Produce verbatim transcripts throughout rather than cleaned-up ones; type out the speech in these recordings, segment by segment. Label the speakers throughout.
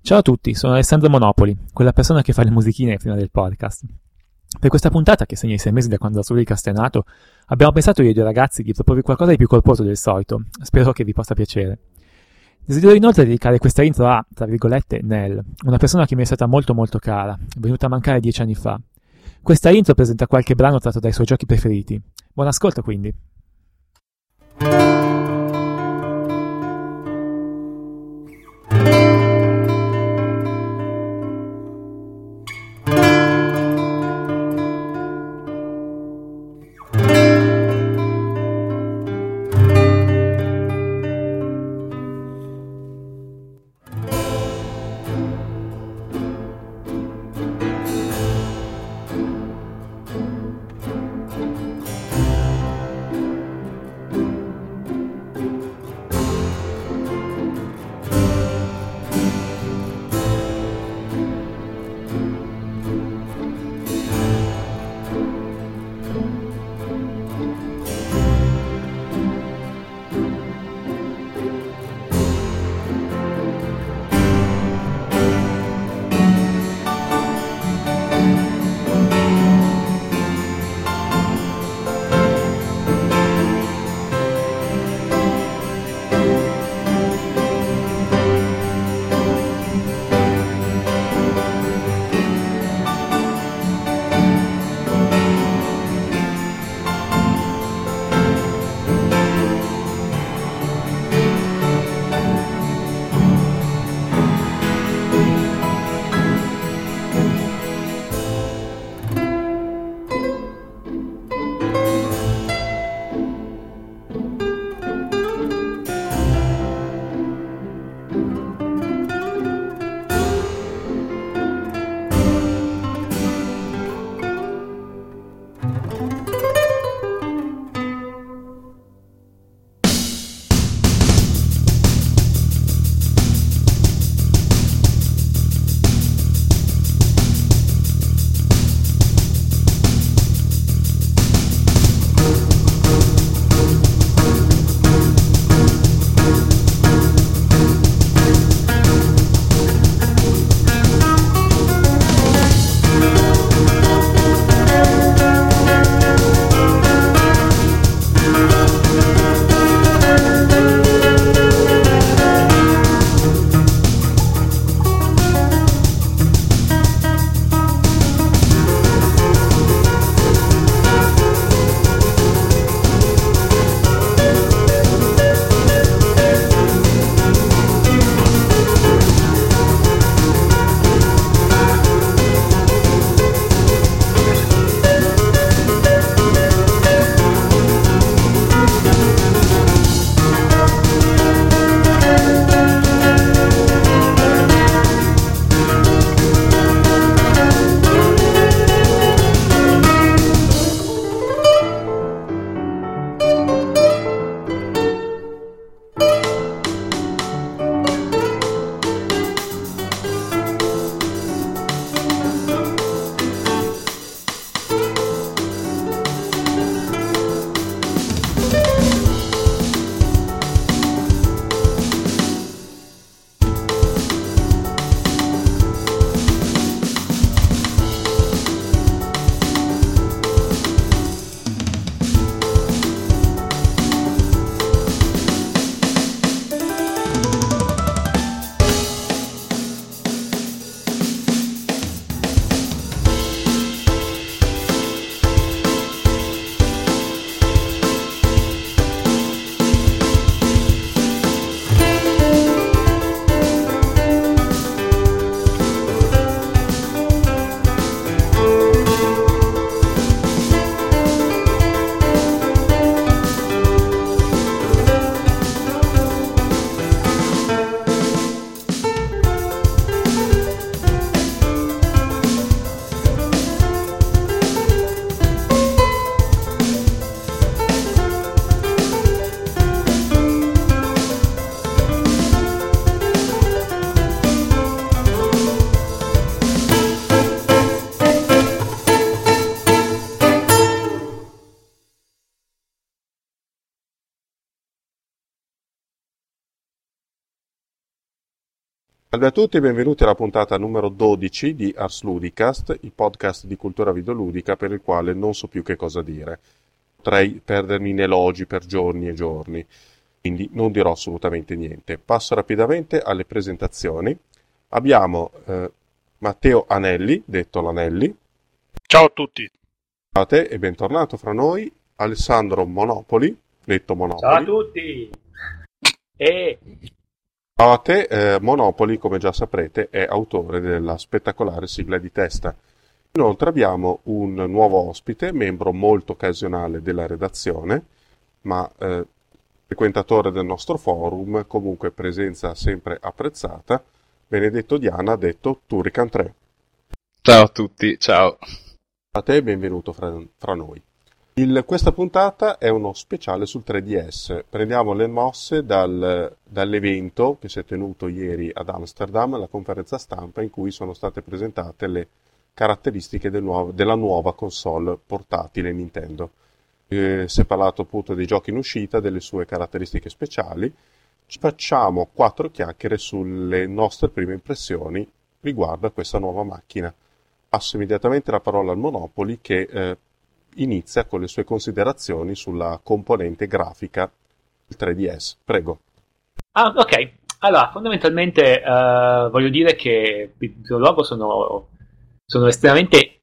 Speaker 1: Ciao a tutti, sono Alessandro Monopoli, quella persona che fa le musichine prima del podcast. Per questa puntata, che segna i sei mesi da quando la Suricast è nato, abbiamo pensato io e i due ragazzi di proporvi qualcosa di più corposo del solito. Spero che vi possa piacere. Desidero inoltre dedicare questa intro a, tra virgolette, Nell, una persona che mi è stata molto molto cara, venuta a mancare dieci anni fa. Questa intro presenta qualche brano tratto dai suoi giochi preferiti. Buon ascolto quindi.
Speaker 2: Salve a tutti e benvenuti alla puntata numero dodici di Ars Ludicast, il podcast di cultura videoludica per il quale non so più che cosa dire. Potrei perdermi in elogi per giorni e giorni, quindi non dirò assolutamente niente. Passo rapidamente alle presentazioni. Abbiamo eh, Matteo Anelli, detto l'Anelli.
Speaker 3: Ciao a tutti.
Speaker 2: Ciao a te e bentornato fra noi. Alessandro Monopoli, detto Monopoli.
Speaker 4: Ciao a tutti. E...
Speaker 2: Ciao a te, eh, Monopoli, come già saprete, è autore della spettacolare sigla di testa. Inoltre abbiamo un nuovo ospite, membro molto occasionale della redazione, ma eh, frequentatore del nostro forum, comunque presenza sempre apprezzata, Benedetto Diana, detto Turrican tre.
Speaker 5: Ciao a tutti, ciao.
Speaker 2: A te e benvenuto fra, fra noi. Il, questa puntata è uno speciale sul tre D S. Prendiamo le mosse dal, dall'evento che si è tenuto ieri ad Amsterdam, la conferenza stampa in cui sono state presentate le caratteristiche del nuovo, della nuova console portatile Nintendo. Eh, si è parlato appunto dei giochi in uscita, delle sue caratteristiche speciali. Ci facciamo quattro chiacchiere sulle nostre prime impressioni riguardo a questa nuova macchina. Passo immediatamente la parola al Monopoli che eh, inizia con le sue considerazioni sulla componente grafica del tre D S. Prego.
Speaker 4: Ah, ok. Allora, fondamentalmente uh, voglio dire che in primo luogo sono, sono estremamente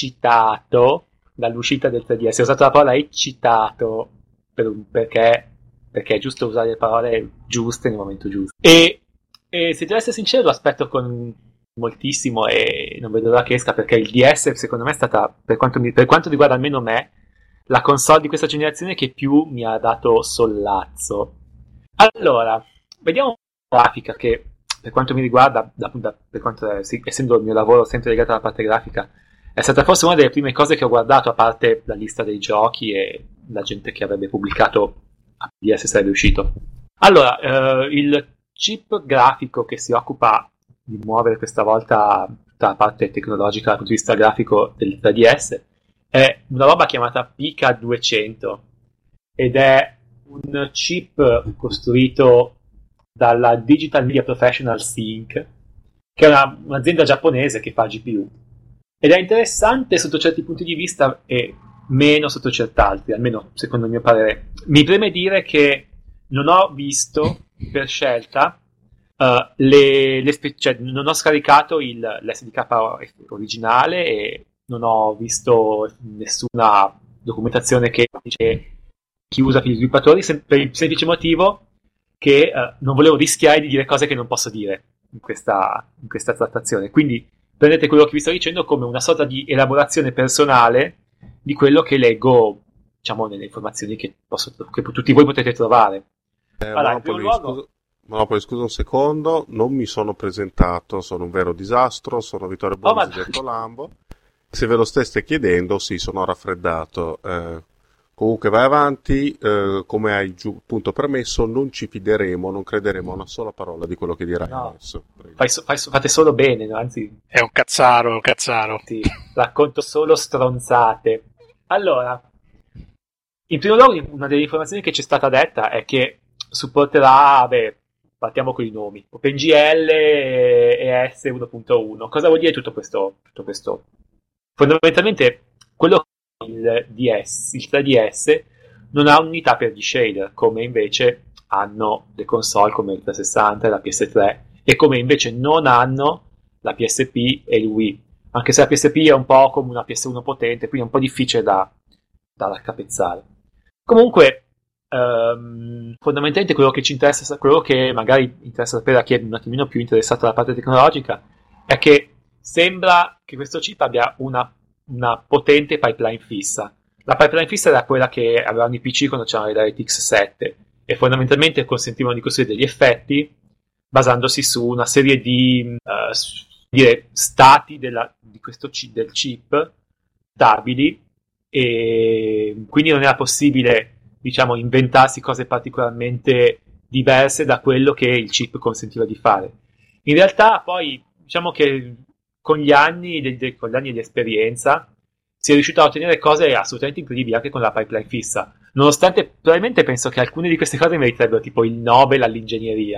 Speaker 4: eccitato dall'uscita del tre D S. Ho usato la parola eccitato per, perché, perché è giusto usare le parole giuste nel momento giusto. E, e se devo essere sincero, lo aspetto con moltissimo e non vedo l'ora che esca, perché il D S secondo me è stata, per quanto, mi, per quanto riguarda almeno me, la console di questa generazione che più mi ha dato sollazzo. Allora, vediamo la grafica, che per quanto mi riguarda, da, da, per quanto è, sì, essendo il mio lavoro sempre legato alla parte grafica, è stata forse una delle prime cose che ho guardato, a parte la lista dei giochi e la gente che avrebbe pubblicato a D S sarebbe uscito. Allora, eh, il chip grafico che si occupa di muovere questa volta tutta la parte tecnologica dal punto di vista grafico del tre D S è una roba chiamata P K duecento ed è un chip costruito dalla Digital Media Professionals incorporated, che è una, un'azienda giapponese che fa G P U, ed è interessante sotto certi punti di vista e meno sotto cert'altri, almeno secondo il mio parere. Mi preme dire che non ho visto per scelta Uh, le, le spe- cioè, non ho scaricato il, l'S D K originale e non ho visto nessuna documentazione che dice chi usa per gli sviluppatori, sem- per il semplice motivo che uh, non volevo rischiare di dire cose che non posso dire in questa, in questa trattazione. Quindi prendete quello che vi sto dicendo come una sorta di elaborazione personale di quello che leggo, diciamo, nelle informazioni che, posso, che tutti voi potete trovare.
Speaker 2: Eh, allora, in primo luogo... scusa... No, poi scusa un secondo, non mi sono presentato, sono un vero disastro, sono Vittorio Bonzi oh, del Colambo. Se ve lo steste chiedendo, sì, sono raffreddato. Eh, comunque vai avanti, eh, come hai giù, appunto permesso, non ci fideremo, non crederemo a una sola parola di quello che dirai no. adesso.
Speaker 4: Fai, fai, fate solo bene, no? Anzi...
Speaker 3: È un cazzaro, è un cazzaro.
Speaker 4: Sì, racconto solo stronzate. Allora, in primo luogo, una delle informazioni che ci è stata detta è che supporterà, beh, partiamo con i nomi, OpenGL e S uno punto uno. Cosa vuol dire tutto questo? Tutto questo? Fondamentalmente, quello che il D S, il tre D S, non ha unità per gli shader, come invece hanno le console come il trecentosessanta e la P S tre, e come invece non hanno la P S P e il Wii. Anche se la P S P è un po' come una P S uno potente, quindi è un po' difficile da, da raccapezzare. Comunque, Um, fondamentalmente quello che ci interessa, quello che magari interessa sapere a chi è un attimino più interessato alla parte tecnologica, è che sembra che questo chip abbia una, una potente pipeline fissa. La pipeline fissa era quella che avevano i P C quando c'erano le DirectX sette e fondamentalmente consentivano di costruire degli effetti basandosi su una serie di uh, dire, stati della, di questo chip, del chip stabili, e quindi non era possibile, diciamo, inventarsi cose particolarmente diverse da quello che il chip consentiva di fare. In realtà poi diciamo che con gli anni de- de- con gli anni di esperienza si è riuscito a ottenere cose assolutamente incredibili anche con la pipeline fissa, nonostante probabilmente penso che alcune di queste cose meriterebbero tipo il Nobel all'ingegneria,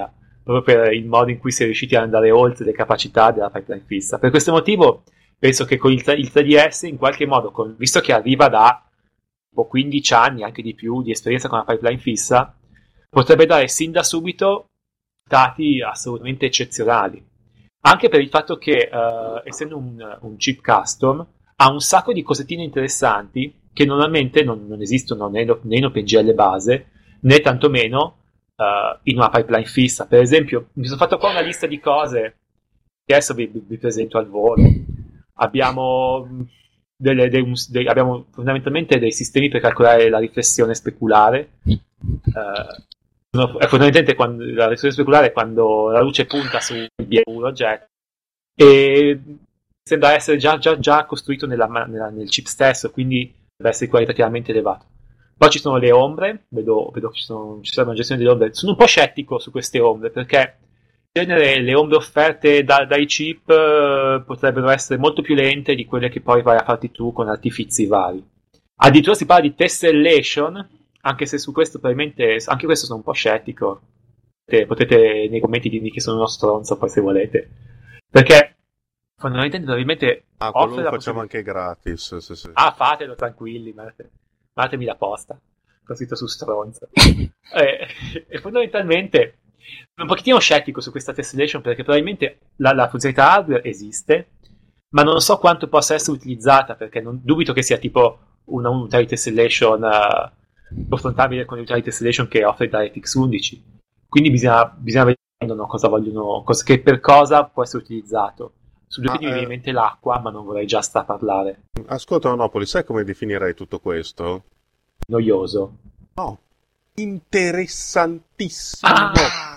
Speaker 4: proprio per il modo in cui si è riusciti ad andare oltre le capacità della pipeline fissa. Per questo motivo penso che con il, il tre D S in qualche modo, con, visto che arriva da tipo quindici anni, anche di più, di esperienza con la pipeline fissa, potrebbe dare sin da subito dati assolutamente eccezionali. Anche per il fatto che, uh, essendo un, un chip custom, ha un sacco di cosettine interessanti che normalmente non, non esistono né, né in OpenGL base, né tantomeno uh, in una pipeline fissa. Per esempio, mi sono fatto qua una lista di cose che adesso vi, vi presento al volo. Abbiamo, delle, dei, dei, abbiamo fondamentalmente dei sistemi per calcolare la riflessione speculare. Uh, è fondamentalmente quando, la riflessione speculare è quando la luce punta su un oggetto e sembra essere già, già, già costruito nella, nella, nel chip stesso, quindi deve essere qualitativamente elevato. Poi ci sono le ombre, vedo, vedo che ci, sono, ci sarà una gestione delle ombre. Sono un po' scettico su queste ombre perché in genere le ombre offerte da, dai chip eh, potrebbero essere molto più lente di quelle che poi vai a farti tu con artifizi vari. Addirittura si parla di tessellation, anche se su questo probabilmente anche questo sono un po' scettico. Potete, potete nei commenti dirmi che sono uno stronzo poi se volete, perché fondamentalmente probabilmente
Speaker 2: ah, quello lo facciamo anche gratis. Sì, sì.
Speaker 4: Ah, fatelo tranquilli, mandatemi la posta. Ho scritto su stronzo. e, e fondamentalmente sono un pochettino scettico su questa tessellation perché probabilmente la, la funzionalità hardware esiste, ma non so quanto possa essere utilizzata perché non, dubito che sia tipo una unità di tessellation uh, confrontabile con l'unità di tessellation che offre DirectX undici. Quindi bisogna, bisogna vedere no, cosa vogliono, cosa, che per cosa può essere utilizzato. Su due piedi ah, mi viene in mente l'acqua, ma non vorrei già sta parlare.
Speaker 2: Ascolta, Monopoli, sai come definirei tutto questo?
Speaker 4: Noioso.
Speaker 2: No. Interessantissimo.
Speaker 3: Ah!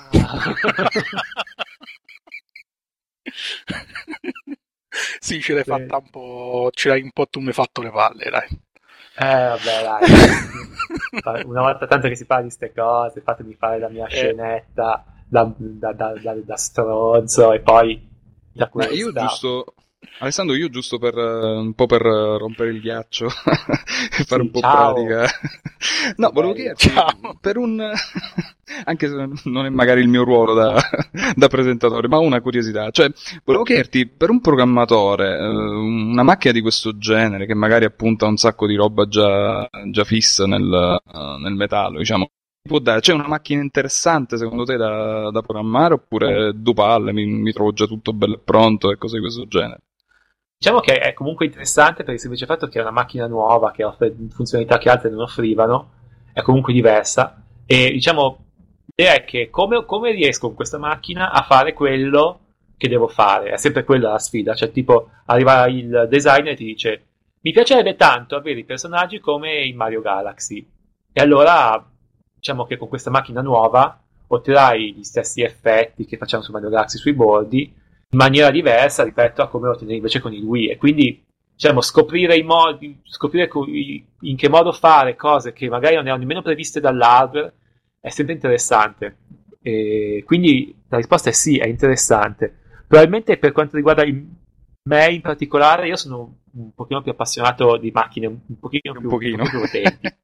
Speaker 3: Sì, ce l'hai sì. fatta un po'. Ce l'hai un po' tu mi hai fatto le palle, dai.
Speaker 4: Eh, vabbè, dai. Una volta tanto che si parla di ste cose, fatemi fare la mia eh. scenetta da, da, da, da, da stronzo e poi.
Speaker 5: Ma io giusto, Alessandro, io giusto per un po' per rompere il ghiaccio e fare sì, un po'
Speaker 4: ciao.
Speaker 5: pratica. No, volevo chiederti, per un, anche se non è magari il mio ruolo da, da presentatore, ma ho una curiosità. Cioè, volevo chiederti, per un programmatore, una macchina di questo genere, che magari appunta un sacco di roba già, già fissa nel, nel metallo, diciamo, può dare, c'è una macchina interessante secondo te da, da programmare oppure due palle, mi, mi trovo già tutto bello e pronto e cose di questo genere?
Speaker 4: Diciamo che è comunque interessante per il semplice fatto che è una macchina nuova che offre funzionalità che altre non offrivano, è comunque diversa e diciamo l'idea è che come, come riesco con questa macchina a fare quello che devo fare, è sempre quella la sfida, cioè tipo arriva il designer e ti dice mi piacerebbe tanto avere i personaggi come in Mario Galaxy e allora diciamo che con questa macchina nuova otterrai gli stessi effetti che facciamo su Mario Galaxy sui bordi in maniera diversa rispetto a come lo ottenevi invece con il Wii e quindi diciamo scoprire i modi scoprire in che modo fare cose che magari non erano nemmeno previste dall'hardware è sempre interessante e quindi la risposta è sì, è interessante. Probabilmente per quanto riguarda il, me in particolare io sono un pochino più appassionato di macchine un pochino più,
Speaker 5: un pochino.
Speaker 4: Un pochino più potenti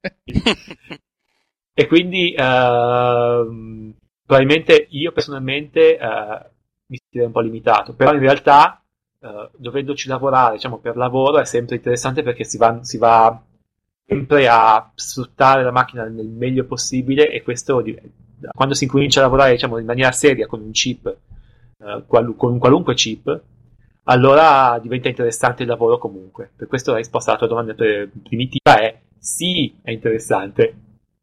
Speaker 4: e quindi uh, probabilmente io personalmente uh, mi sentirei un po' limitato, però in realtà uh, dovendoci lavorare diciamo per lavoro è sempre interessante perché si va, si va sempre a sfruttare la macchina nel meglio possibile e questo quando si incomincia a lavorare diciamo in maniera seria con un chip uh, qual, con un qualunque chip allora diventa interessante il lavoro comunque. Per questo la risposta alla tua domanda primitiva è sì, è interessante.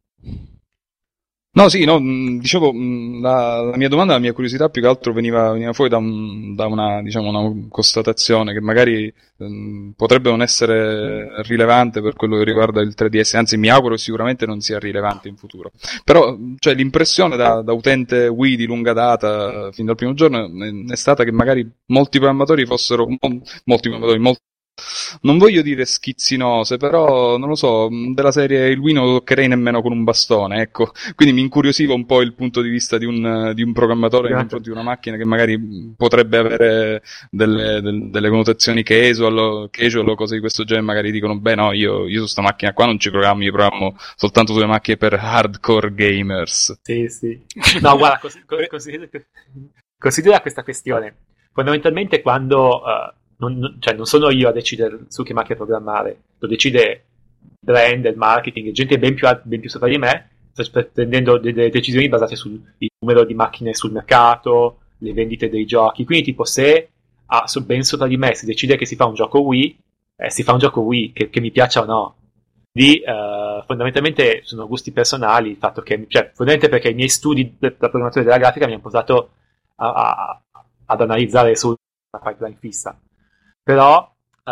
Speaker 5: No, sì, no, dicevo, la, la mia domanda, la mia curiosità più che altro veniva, veniva fuori da, un, da una, diciamo, una constatazione che magari um, potrebbe non essere rilevante per quello che riguarda il tre D S, anzi mi auguro che sicuramente non sia rilevante in futuro. Però, cioè, l'impressione da, da utente Wii di lunga data, fin dal primo giorno, è stata che magari molti programmatori fossero, molti programmatori, molte non voglio dire schizzinose, però non lo so, della serie il Wii non lo toccherei nemmeno con un bastone, ecco. Quindi mi incuriosiva un po' il punto di vista di un, di un programmatore nei confronti di una macchina che magari potrebbe avere delle, del, delle connotazioni casual, casual o cose di questo genere. Magari dicono, beh no, io, io su sta macchina qua non ci programmo, io programmo soltanto sulle macchine per hardcore gamers.
Speaker 4: Sì, sì. No, guarda, cos- cos- considera, considera questa questione. Fondamentalmente quando... Uh, Non, cioè non sono io a decidere su che macchina programmare, lo decide il brand, il marketing, gente ben più, ben più sopra di me, sta prendendo delle decisioni basate sul numero di macchine sul mercato, le vendite dei giochi. Quindi tipo se ah, ben sopra di me si decide che si fa un gioco Wii, eh, si fa un gioco Wii, che, che mi piaccia o no. Di, uh, fondamentalmente sono gusti personali, il fatto che, cioè, fondamentalmente perché i miei studi da programmatore della grafica mi hanno portato a, a, ad analizzare su una pipeline fissa. Però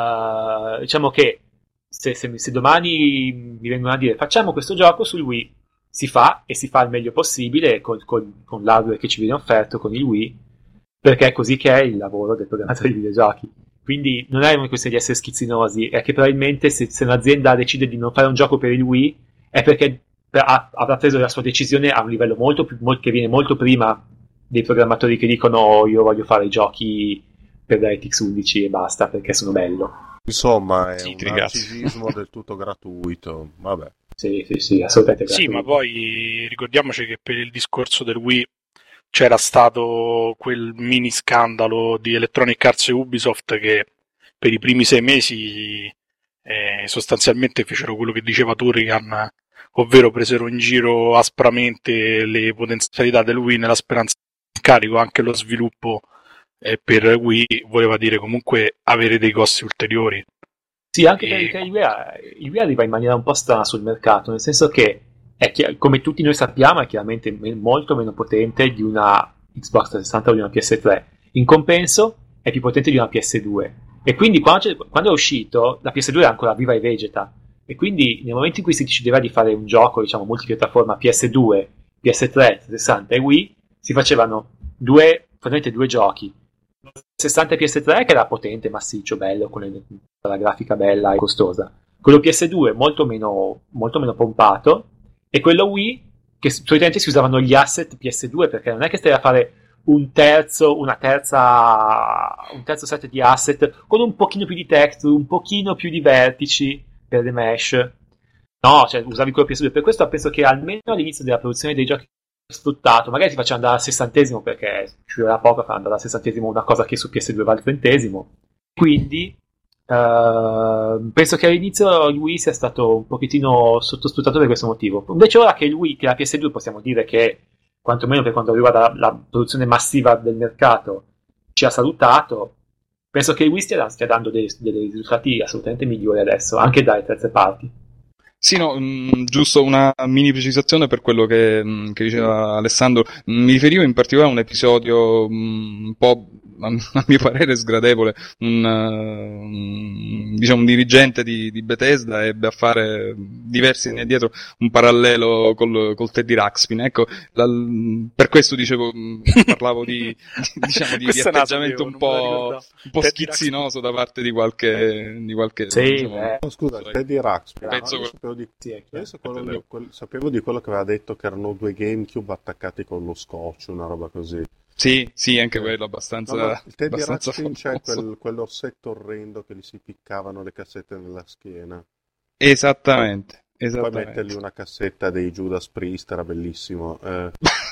Speaker 4: uh, diciamo che se, se, se domani mi vengono a dire facciamo questo gioco sul Wii, si fa e si fa il meglio possibile con, con, con l'hardware che ci viene offerto con il Wii, perché è così che è il lavoro del programmatore di videogiochi. Quindi non è una questione di essere schizzinosi, è che probabilmente se, se un'azienda decide di non fare un gioco per il Wii è perché ha, avrà preso la sua decisione a un livello molto più, molto, che viene molto prima dei programmatori che dicono oh, io voglio fare i giochi per DirectX undici e basta perché sono bello.
Speaker 2: Insomma è
Speaker 5: sì,
Speaker 2: un narcisismo del tutto gratuito. Vabbè.
Speaker 4: Sì, sì, sì, assolutamente gratuito.
Speaker 3: Sì, ma poi ricordiamoci che per il discorso del Wii c'era stato quel mini scandalo di Electronic Arts e Ubisoft che per i primi sei mesi eh, sostanzialmente fecero quello che diceva Turrican, ovvero presero in giro aspramente le potenzialità del Wii nella speranza di carico anche lo sviluppo. E per Wii voleva dire comunque avere dei costi ulteriori.
Speaker 4: Sì, anche
Speaker 3: e...
Speaker 4: perché il Wii, il Wii arriva in maniera un po' strana sul mercato, nel senso che è chiar- come tutti noi sappiamo è chiaramente me- molto meno potente di una Xbox trecentosessanta o di una P S tre. In compenso è più potente di una P S due. E quindi quando, quando è uscito la P S due era ancora viva e vegeta. E quindi nel momento in cui si decideva di fare un gioco, diciamo, multipiattaforma P S due, P S tre, trecentosessanta e Wii, si facevano due, praticamente due giochi. sessanta P S tre che era potente, massiccio, bello, con le, la grafica bella e costosa. Quello P S due molto meno, molto meno pompato, e quello Wii che solitamente si usavano gli asset P S due, perché non è che stai a fare un terzo, una terza, un terzo set di asset con un pochino più di texture, un pochino più di vertici per le mesh. No, cioè usavi quello P S due. Per questo penso che almeno all'inizio della produzione dei giochi sfruttato, magari si faceva andare al sessantesimo perché ci voleva poco per andare al sessantesimo una cosa che su P S due va al trentesimo. Quindi Uh, penso che all'inizio il Wii sia stato un pochettino sottosfruttato per questo motivo. Invece ora che il Wii, che la P S due possiamo dire che quantomeno per quanto riguarda la, la produzione massiva del mercato ci ha salutato, penso che il Wii stia, stia dando dei, dei risultati assolutamente migliori adesso, anche dalle terze parti.
Speaker 5: Sì, no, mh, giusto una mini precisazione per quello che, mh, che diceva Alessandro. Mi riferivo in particolare a un episodio mh, un po', a, a mio parere, sgradevole. Un, uh, diciamo, un dirigente di, di Bethesda ebbe a fare diversi anni addietro un parallelo col, col Teddy Ruxpin. Ecco, la, per questo dicevo, mh, parlavo di, diciamo, di, di atteggiamento un po', un po' schizzinoso da parte di qualche, di qualche
Speaker 4: sì,
Speaker 5: diciamo,
Speaker 4: eh.
Speaker 2: oh, scusa, Teddy Ruxpin.
Speaker 5: Penso
Speaker 2: Sapevo di,
Speaker 4: sì, è
Speaker 2: penso quello di, quel, sapevo di quello che aveva detto che erano due GameCube attaccati con lo scotch, una roba così.
Speaker 5: Sì, sì, anche quello abbastanza.
Speaker 2: No, no, il Teddy
Speaker 5: abbastanza
Speaker 2: Ruxpin c'è
Speaker 5: famoso.
Speaker 2: quel, quell'orsetto orrendo che gli si piccavano le cassette nella schiena.
Speaker 5: Esattamente,
Speaker 2: Poi
Speaker 5: esattamente.
Speaker 2: mettergli una cassetta dei Judas Priest era bellissimo. Eh.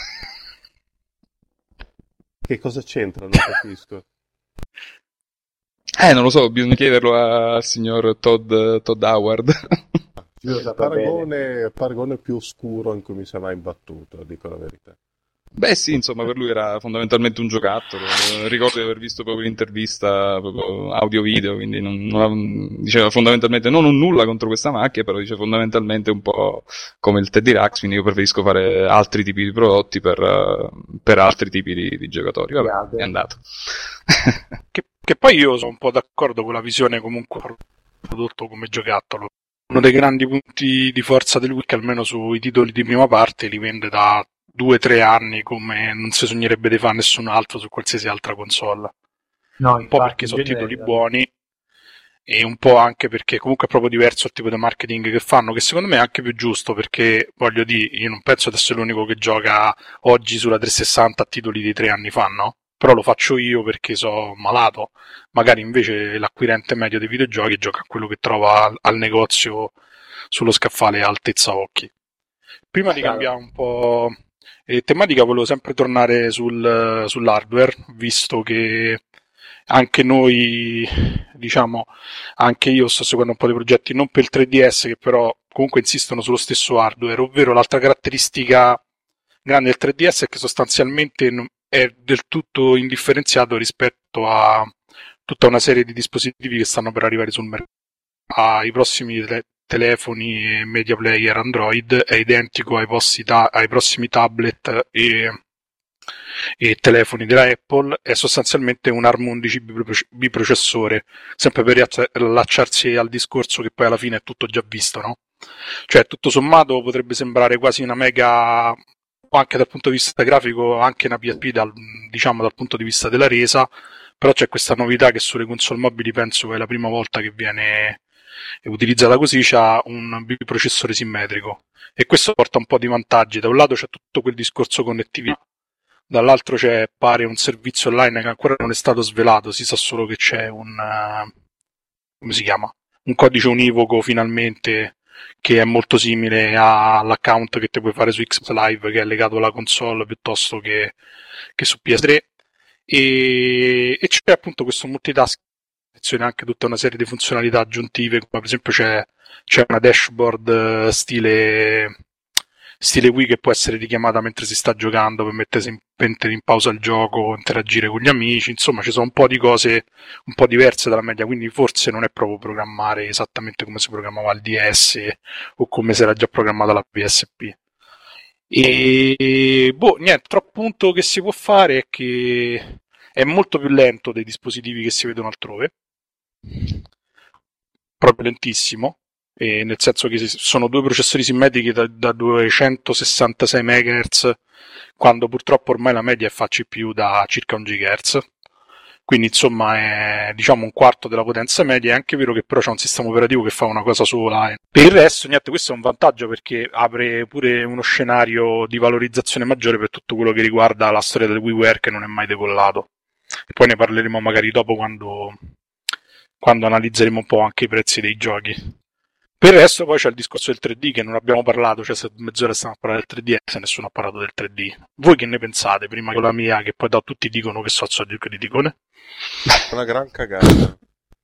Speaker 2: Che cosa c'entra? Non capisco.
Speaker 5: Eh, non lo so, bisogna chiederlo al signor Todd, Todd Howard.
Speaker 2: Il paragone, paragone più oscuro in cui mi sei mai imbattuto, dico la verità.
Speaker 5: Beh sì, insomma, per lui era fondamentalmente un giocattolo. Ricordo di aver visto proprio l'intervista proprio audio-video, quindi non, non, diceva fondamentalmente non ho nulla contro questa macchina, però dice fondamentalmente un po' come il Teddy Ruxpin, quindi io preferisco fare altri tipi di prodotti per, per altri tipi di, di giocatori. Vabbè, è andato.
Speaker 3: che, che poi io sono un po' d'accordo con la visione comunque prodotto come giocattolo. Uno dei grandi punti di forza del Wii, almeno sui titoli di prima parte, li vende da due o tre anni come non si sognerebbe di fare nessun altro su qualsiasi altra console.
Speaker 4: No,
Speaker 3: un po' perché sono titoli buoni e un po' anche perché comunque è proprio diverso il tipo di marketing che fanno, che secondo me è anche più giusto, perché voglio dire, io non penso di essere l'unico che gioca oggi sulla trecentosessanta a titoli di tre anni fa, no? Però lo faccio io perché so malato, magari invece l'acquirente medio dei videogiochi gioca a quello che trova al, al negozio sullo scaffale a altezza occhi. Prima di cambiare un po' eh, tematica, volevo sempre tornare sul, sull'hardware, visto che anche noi, diciamo, anche io sto seguendo un po' di progetti, non per il tre D S, che però comunque insistono sullo stesso hardware, ovvero l'altra caratteristica grande del tre D S è che sostanzialmente è del tutto indifferenziato rispetto a tutta una serie di dispositivi che stanno per arrivare sul mercato. Ai prossimi te- telefoni e media player Android è identico ai, ta- ai prossimi tablet e e telefoni della Apple, è sostanzialmente un ARM undici biprocessore, sempre per allacciarsi al discorso che poi alla fine è tutto già visto, no? Cioè tutto sommato potrebbe sembrare quasi una mega, anche dal punto di vista grafico, anche una P S P dal, diciamo dal punto di vista della resa, però c'è questa novità che sulle console mobili penso che è la prima volta che viene utilizzata così, c'ha un biprocessore simmetrico e questo porta un po' di vantaggi. Da un lato c'è tutto quel discorso connettività, dall'altro c'è pare un servizio online che ancora non è stato svelato, si sa solo che c'è un uh, come si chiama? Un codice univoco finalmente che è molto simile all'account che ti puoi fare su Xbox Live, che è legato alla console piuttosto che, che su P S tre, e, e c'è appunto questo multitasking, anche tutta una serie di funzionalità aggiuntive, come per esempio c'è, c'è una dashboard stile stile Wii che può essere richiamata mentre si sta giocando per mettere in, mettere in pausa il gioco, interagire con gli amici, insomma ci sono un po' di cose un po' diverse dalla media, quindi forse non è proprio programmare esattamente come si programmava il D S o come si era già programmata la P S P. E boh, niente, troppo punto che si può fare è che è molto più lento dei dispositivi che si vedono altrove, proprio lentissimo, e nel senso che sono due processori simmetrici da, da duecentosessantasei megahertz, quando purtroppo ormai la media è F C P U da circa un gigahertz, quindi insomma è diciamo un quarto della potenza media. È anche vero che però c'è un sistema operativo che fa una cosa sola, eh. Per il resto niente, questo è un vantaggio perché apre pure uno scenario di valorizzazione maggiore per tutto quello che riguarda la storia del WiiWare, che non è mai decollato, e poi ne parleremo magari dopo quando, quando analizzeremo un po' anche i prezzi dei giochi. Per il resto poi c'è il discorso del tre D che non abbiamo parlato, cioè se mezz'ora stiamo a parlare del tre D S, nessuno ha parlato del tre D. Voi che ne pensate? Prima che la mia, che poi da tutti dicono che so il criticone.
Speaker 2: Una gran cagata.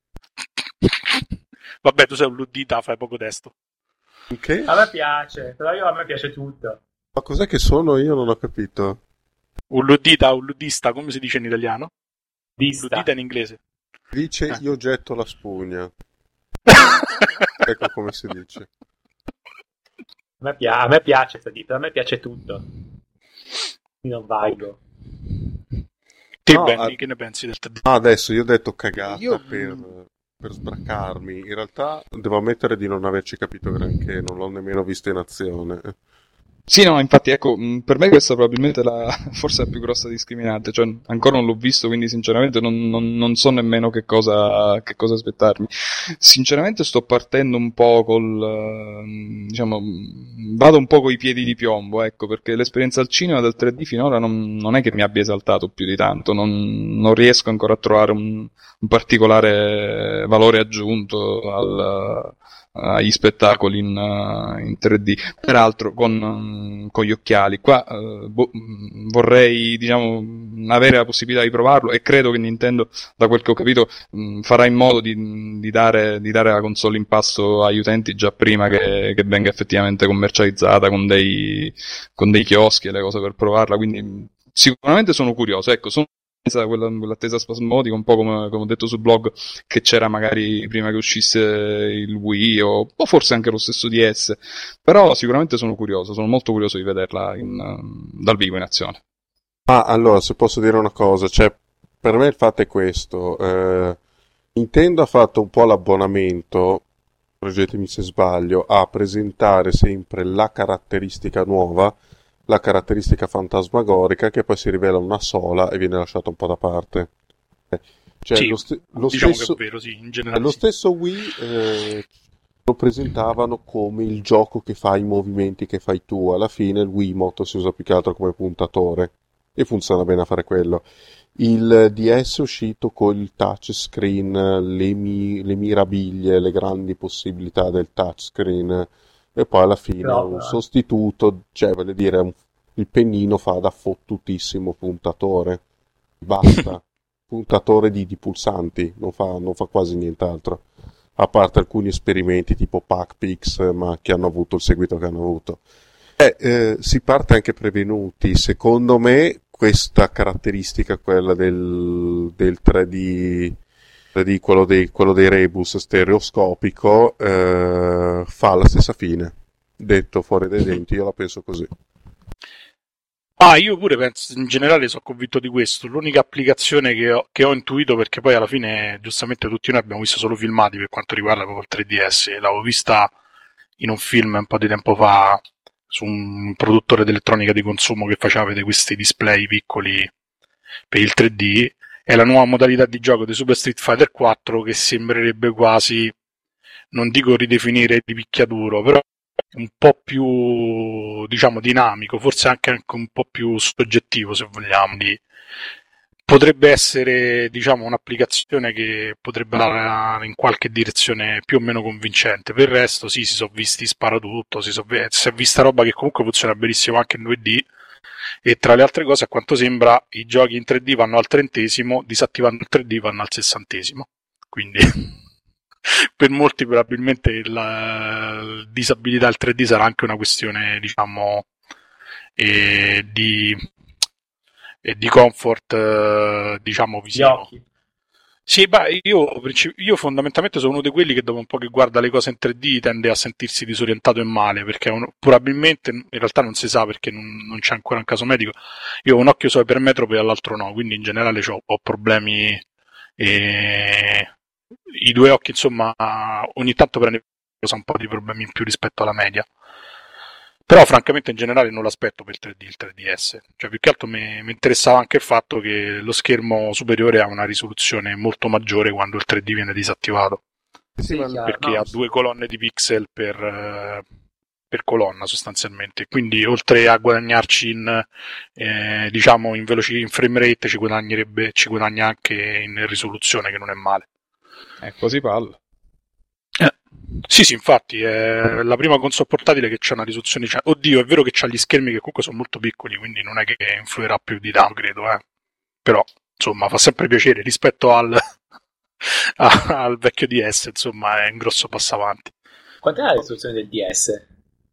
Speaker 3: Vabbè, tu sei un ludita, fai poco testo.
Speaker 2: Che?
Speaker 4: A me piace, però io a me piace tutto.
Speaker 2: Ma cos'è che sono io? Non ho capito.
Speaker 3: Un ludita, un ludista, come si dice in italiano?
Speaker 4: Dista.
Speaker 3: Ludita in inglese.
Speaker 2: Dice
Speaker 3: eh.
Speaker 2: io getto la spugna. Ecco come si dice.
Speaker 4: A me, pia- a me piace sta dita, a me piace tutto. Io non valgo.
Speaker 3: Te,
Speaker 2: No,
Speaker 3: Benny,
Speaker 2: a...
Speaker 3: che ne pensi del tre D?
Speaker 2: Ah, adesso io ho detto cagata
Speaker 5: Io...
Speaker 2: per, per sbraccarmi. In realtà devo ammettere di non averci capito granché, non l'ho nemmeno visto in azione.
Speaker 5: Sì, no, infatti, ecco, per me questa probabilmente è la, forse la più grossa discriminante, cioè ancora non l'ho visto, quindi sinceramente non, non, non so nemmeno che cosa, che cosa aspettarmi. Sinceramente sto partendo un po' col, diciamo, vado un po' coi piedi di piombo, ecco, perché l'esperienza al cinema del tre D finora non, non è che mi abbia esaltato più di tanto, non, non riesco ancora a trovare un, un particolare valore aggiunto al... agli spettacoli in, uh, in tre D, peraltro con, um, con gli occhiali. Qua uh, bo- vorrei diciamo avere la possibilità di provarlo, e credo che Nintendo, da quel che ho capito, um, farà in modo di, di, dare, di dare la console in pasto agli utenti già prima che, che venga effettivamente commercializzata con dei, con dei chioschi e le cose per provarla, quindi sicuramente sono curioso, ecco, sono Quella, quell'attesa spasmodica, un po' come, come ho detto sul blog, che c'era magari prima che uscisse il Wii o, o forse anche lo stesso D S, però sicuramente sono curioso, sono molto curioso di vederla in, dal vivo in azione.
Speaker 2: Ah, allora, se posso dire una cosa, cioè, per me il fatto è questo, eh, Nintendo ha fatto un po' l'abbonamento, correggetemi se sbaglio, a presentare sempre la caratteristica nuova, la caratteristica fantasmagorica, che poi si rivela una sola e viene lasciata un po' da parte. Cioè,
Speaker 3: sì,
Speaker 2: lo, st- lo
Speaker 3: diciamo
Speaker 2: stesso,
Speaker 3: che è vero, sì, in generale
Speaker 2: lo
Speaker 3: sì.
Speaker 2: stesso Wii eh, lo presentavano come il gioco che fa i movimenti che fai tu. Alla fine il Wiimote si usa più che altro come puntatore e funziona bene a fare quello. Il D S è uscito con il touchscreen, le, mi- le mirabiglie, le grandi possibilità del touchscreen, e poi alla fine
Speaker 4: No,
Speaker 2: un
Speaker 4: però-
Speaker 2: sostituto, cioè voglio dire, un- il pennino fa da fottutissimo puntatore, basta, puntatore di, di pulsanti, non fa, non fa quasi nient'altro, a parte alcuni esperimenti tipo PackPix, ma che hanno avuto il seguito che hanno avuto. Eh, eh, si parte anche prevenuti. Secondo me questa caratteristica, quella del, del tre D, tre D, quello dei, quello dei rebus stereoscopico, eh, fa la stessa fine. Detto fuori dai denti, io la penso così.
Speaker 3: Ah, io pure penso, in generale sono convinto di questo. L'unica applicazione che ho, che ho intuito, perché poi alla fine, giustamente, tutti noi abbiamo visto solo filmati per quanto riguarda proprio il tre D S. L'avevo vista in un film un po' di tempo fa su un produttore di elettronica di consumo che faceva vedere questi display piccoli per il tre D. È la nuova modalità di gioco di Super Street Fighter quattro che sembrerebbe quasi, non dico ridefinire di picchiaduro, però un po' più, diciamo, dinamico, forse anche, anche un po' più soggettivo, se vogliamo. Di... Potrebbe essere, diciamo, un'applicazione che potrebbe andare in qualche direzione più o meno convincente. Per il resto, sì, si sono visti sparatutto, si, so... si è vista roba che comunque funziona benissimo anche in due D. E tra le altre cose, a quanto sembra, i giochi in tre D vanno al trentesimo, disattivando il tre D vanno al sessantesimo. Quindi per molti probabilmente la disabilità al tre D sarà anche una questione, diciamo, eh, di, eh, di comfort, eh, diciamo,
Speaker 4: Gli
Speaker 3: visivo.
Speaker 4: occhi.
Speaker 3: Sì, beh, io, io fondamentalmente sono uno di quelli che dopo un po' che guarda le cose in tre D tende a sentirsi disorientato e male, perché un, probabilmente, in realtà non si sa perché non, non c'è ancora un caso medico, io ho un occhio solo ipermetrope e all'altro no, quindi in generale ho, ho problemi, e i due occhi, insomma, ogni tanto prende un po' di problemi in più rispetto alla media. Però francamente in generale non l'aspetto per il tre D, il tre D S, cioè più che altro mi, mi interessava anche il fatto che lo schermo superiore ha una risoluzione molto maggiore quando il tre D viene disattivato,
Speaker 2: Sì, ma
Speaker 4: chiaro,
Speaker 3: perché
Speaker 4: no,
Speaker 3: ha due colonne di pixel per, eh, per colonna sostanzialmente, quindi oltre a guadagnarci in, eh, diciamo in, veloci- in frame rate ci guadagnerebbe, ci guadagna anche in risoluzione, che non è male.
Speaker 5: Eh, così parla.
Speaker 3: Eh, sì, sì, infatti è la prima console portatile che c'ha una risoluzione. Cioè, oddio, è vero che c'ha gli schermi che comunque sono molto piccoli, quindi non è che influirà più di tanto, credo, eh. Però, insomma, fa sempre piacere rispetto al, a- al vecchio D S, insomma, è un grosso passo avanti.
Speaker 4: Quant'è la risoluzione del D S?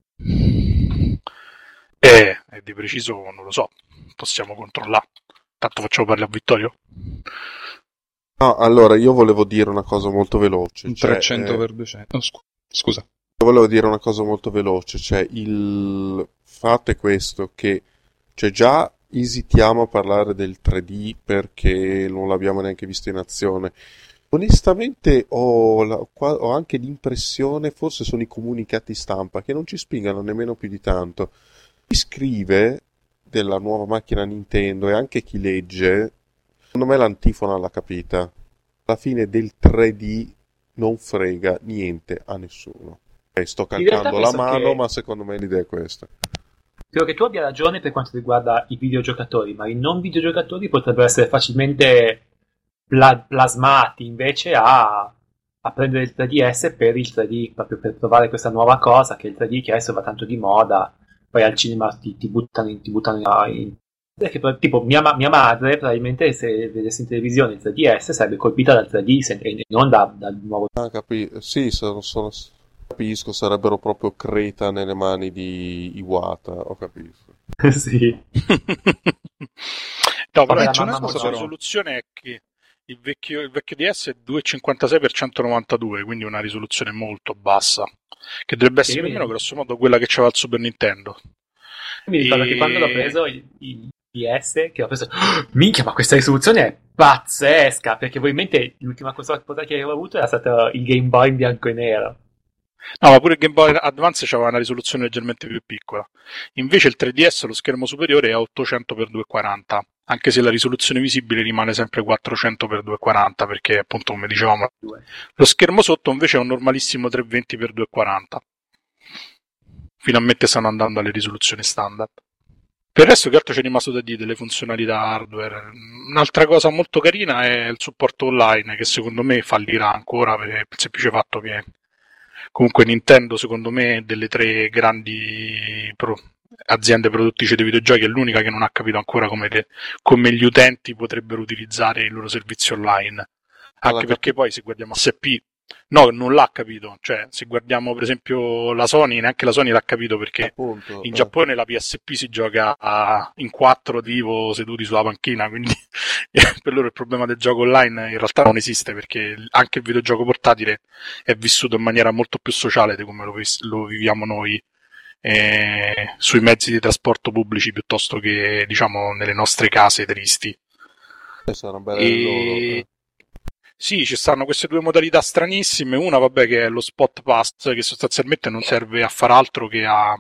Speaker 3: E, e di preciso non lo so, possiamo controllare. Tanto facciamo parlare a Vittorio.
Speaker 2: no, allora io volevo dire una cosa molto veloce.
Speaker 5: Un
Speaker 2: cioè,
Speaker 5: trecento
Speaker 2: eh,
Speaker 5: per duecento. No, scu- scusa.
Speaker 2: Io volevo dire una cosa molto veloce, cioè il fatto è questo, che cioè già esitiamo a parlare del tre D perché non l'abbiamo neanche visto in azione. Onestamente ho, la- qua- ho anche l'impressione, forse sono i comunicati stampa, che non ci spingano nemmeno più di tanto. Chi scrive della nuova macchina Nintendo e anche chi legge, secondo me l'antifona l'ha capita. Alla fine del tre D non frega niente a nessuno. Eh, sto
Speaker 4: In realtà
Speaker 2: calcando la
Speaker 4: penso
Speaker 2: mano,
Speaker 4: che-
Speaker 2: ma secondo me l'idea è questa.
Speaker 4: Credo che tu abbia ragione per quanto riguarda i videogiocatori, ma i non videogiocatori potrebbero essere facilmente pla- plasmati invece a, a prendere il tre D S per il tre D, proprio per provare questa nuova cosa, che il tre D che adesso va tanto di moda, poi al cinema ti, ti buttano in... Ti buttano in, in- perché, tipo mia, ma- mia madre probabilmente se vedesse in televisione il tre D S sarebbe colpita dal tre D se- e non da- dal nuovo.
Speaker 2: Ah, capi- sì, sono, sono- capisco, sarebbero proprio creta nelle mani di Iwata, ho capito.
Speaker 4: Sì.
Speaker 3: No, però
Speaker 4: Vabbè,
Speaker 3: c'è
Speaker 4: la
Speaker 3: una
Speaker 4: mamma
Speaker 3: cosa, la
Speaker 4: però.
Speaker 3: risoluzione è che il vecchio, il vecchio D S è duecentocinquantasei per centonovantadue, quindi una risoluzione molto bassa, che dovrebbe essere
Speaker 4: Io
Speaker 3: più o
Speaker 4: mi-
Speaker 3: meno grosso modo quella che c'aveva il Super Nintendo.
Speaker 4: Mi ricordo
Speaker 3: E-
Speaker 4: che quando l'ho preso il, il D S, che ho preso, "Oh, minchia, ma questa risoluzione è pazzesca! Perché probabilmente l'ultima console portatile che avevo avuto era stato il Game Boy in bianco e nero.
Speaker 3: No, ma pure il Game Boy Advance aveva una risoluzione leggermente più piccola. Invece il tre D S, lo schermo superiore, è ottocento per duecentoquaranta, anche se la risoluzione visibile rimane sempre quattrocento per duecentoquaranta, perché appunto, come dicevamo, lo schermo sotto invece è un normalissimo trecentoventi per duecentoquaranta. Finalmente stanno andando alle risoluzioni standard. Per il resto, che altro c'è rimasto da dire delle funzionalità hardware? Un'altra cosa molto carina è il supporto online, che secondo me fallirà ancora per il semplice fatto che comunque Nintendo, secondo me, delle tre grandi pro- aziende produttrici di videogiochi, è l'unica che non ha capito ancora come, le, come gli utenti potrebbero utilizzare i loro servizi online. Anche perché poi, se guardiamo S P, no, non l'ha capito. Cioè, se guardiamo per esempio la Sony, neanche la Sony l'ha capito, perché appunto, in eh. Giappone la P S P si gioca a, in quattro tipo seduti sulla panchina, quindi per loro il problema del gioco online in realtà non esiste, perché anche il videogioco portatile è vissuto in maniera molto più sociale di come lo, lo viviamo noi eh, sui mezzi di trasporto pubblici piuttosto che, diciamo, nelle nostre case tristi.
Speaker 2: Sarà belle e... loro, eh.
Speaker 3: Sì, ci stanno queste due modalità stranissime. Una, vabbè, che è lo spot pass, che sostanzialmente non serve a far altro che a,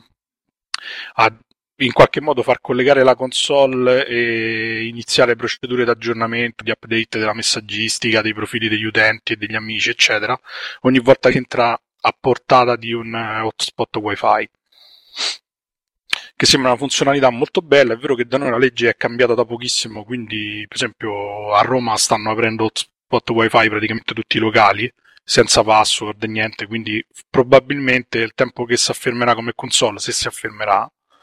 Speaker 3: a in qualche modo far collegare la console e iniziare procedure di aggiornamento, di update della messaggistica, dei profili degli utenti e degli amici, eccetera, ogni volta che entra a portata di un hotspot wifi. Che sembra una funzionalità molto bella. È vero che da noi la legge è cambiata da pochissimo, quindi per esempio a Roma stanno aprendo hotspot wifi praticamente tutti i locali senza password, niente, quindi probabilmente il tempo che si affermerà come console, se si affermerà,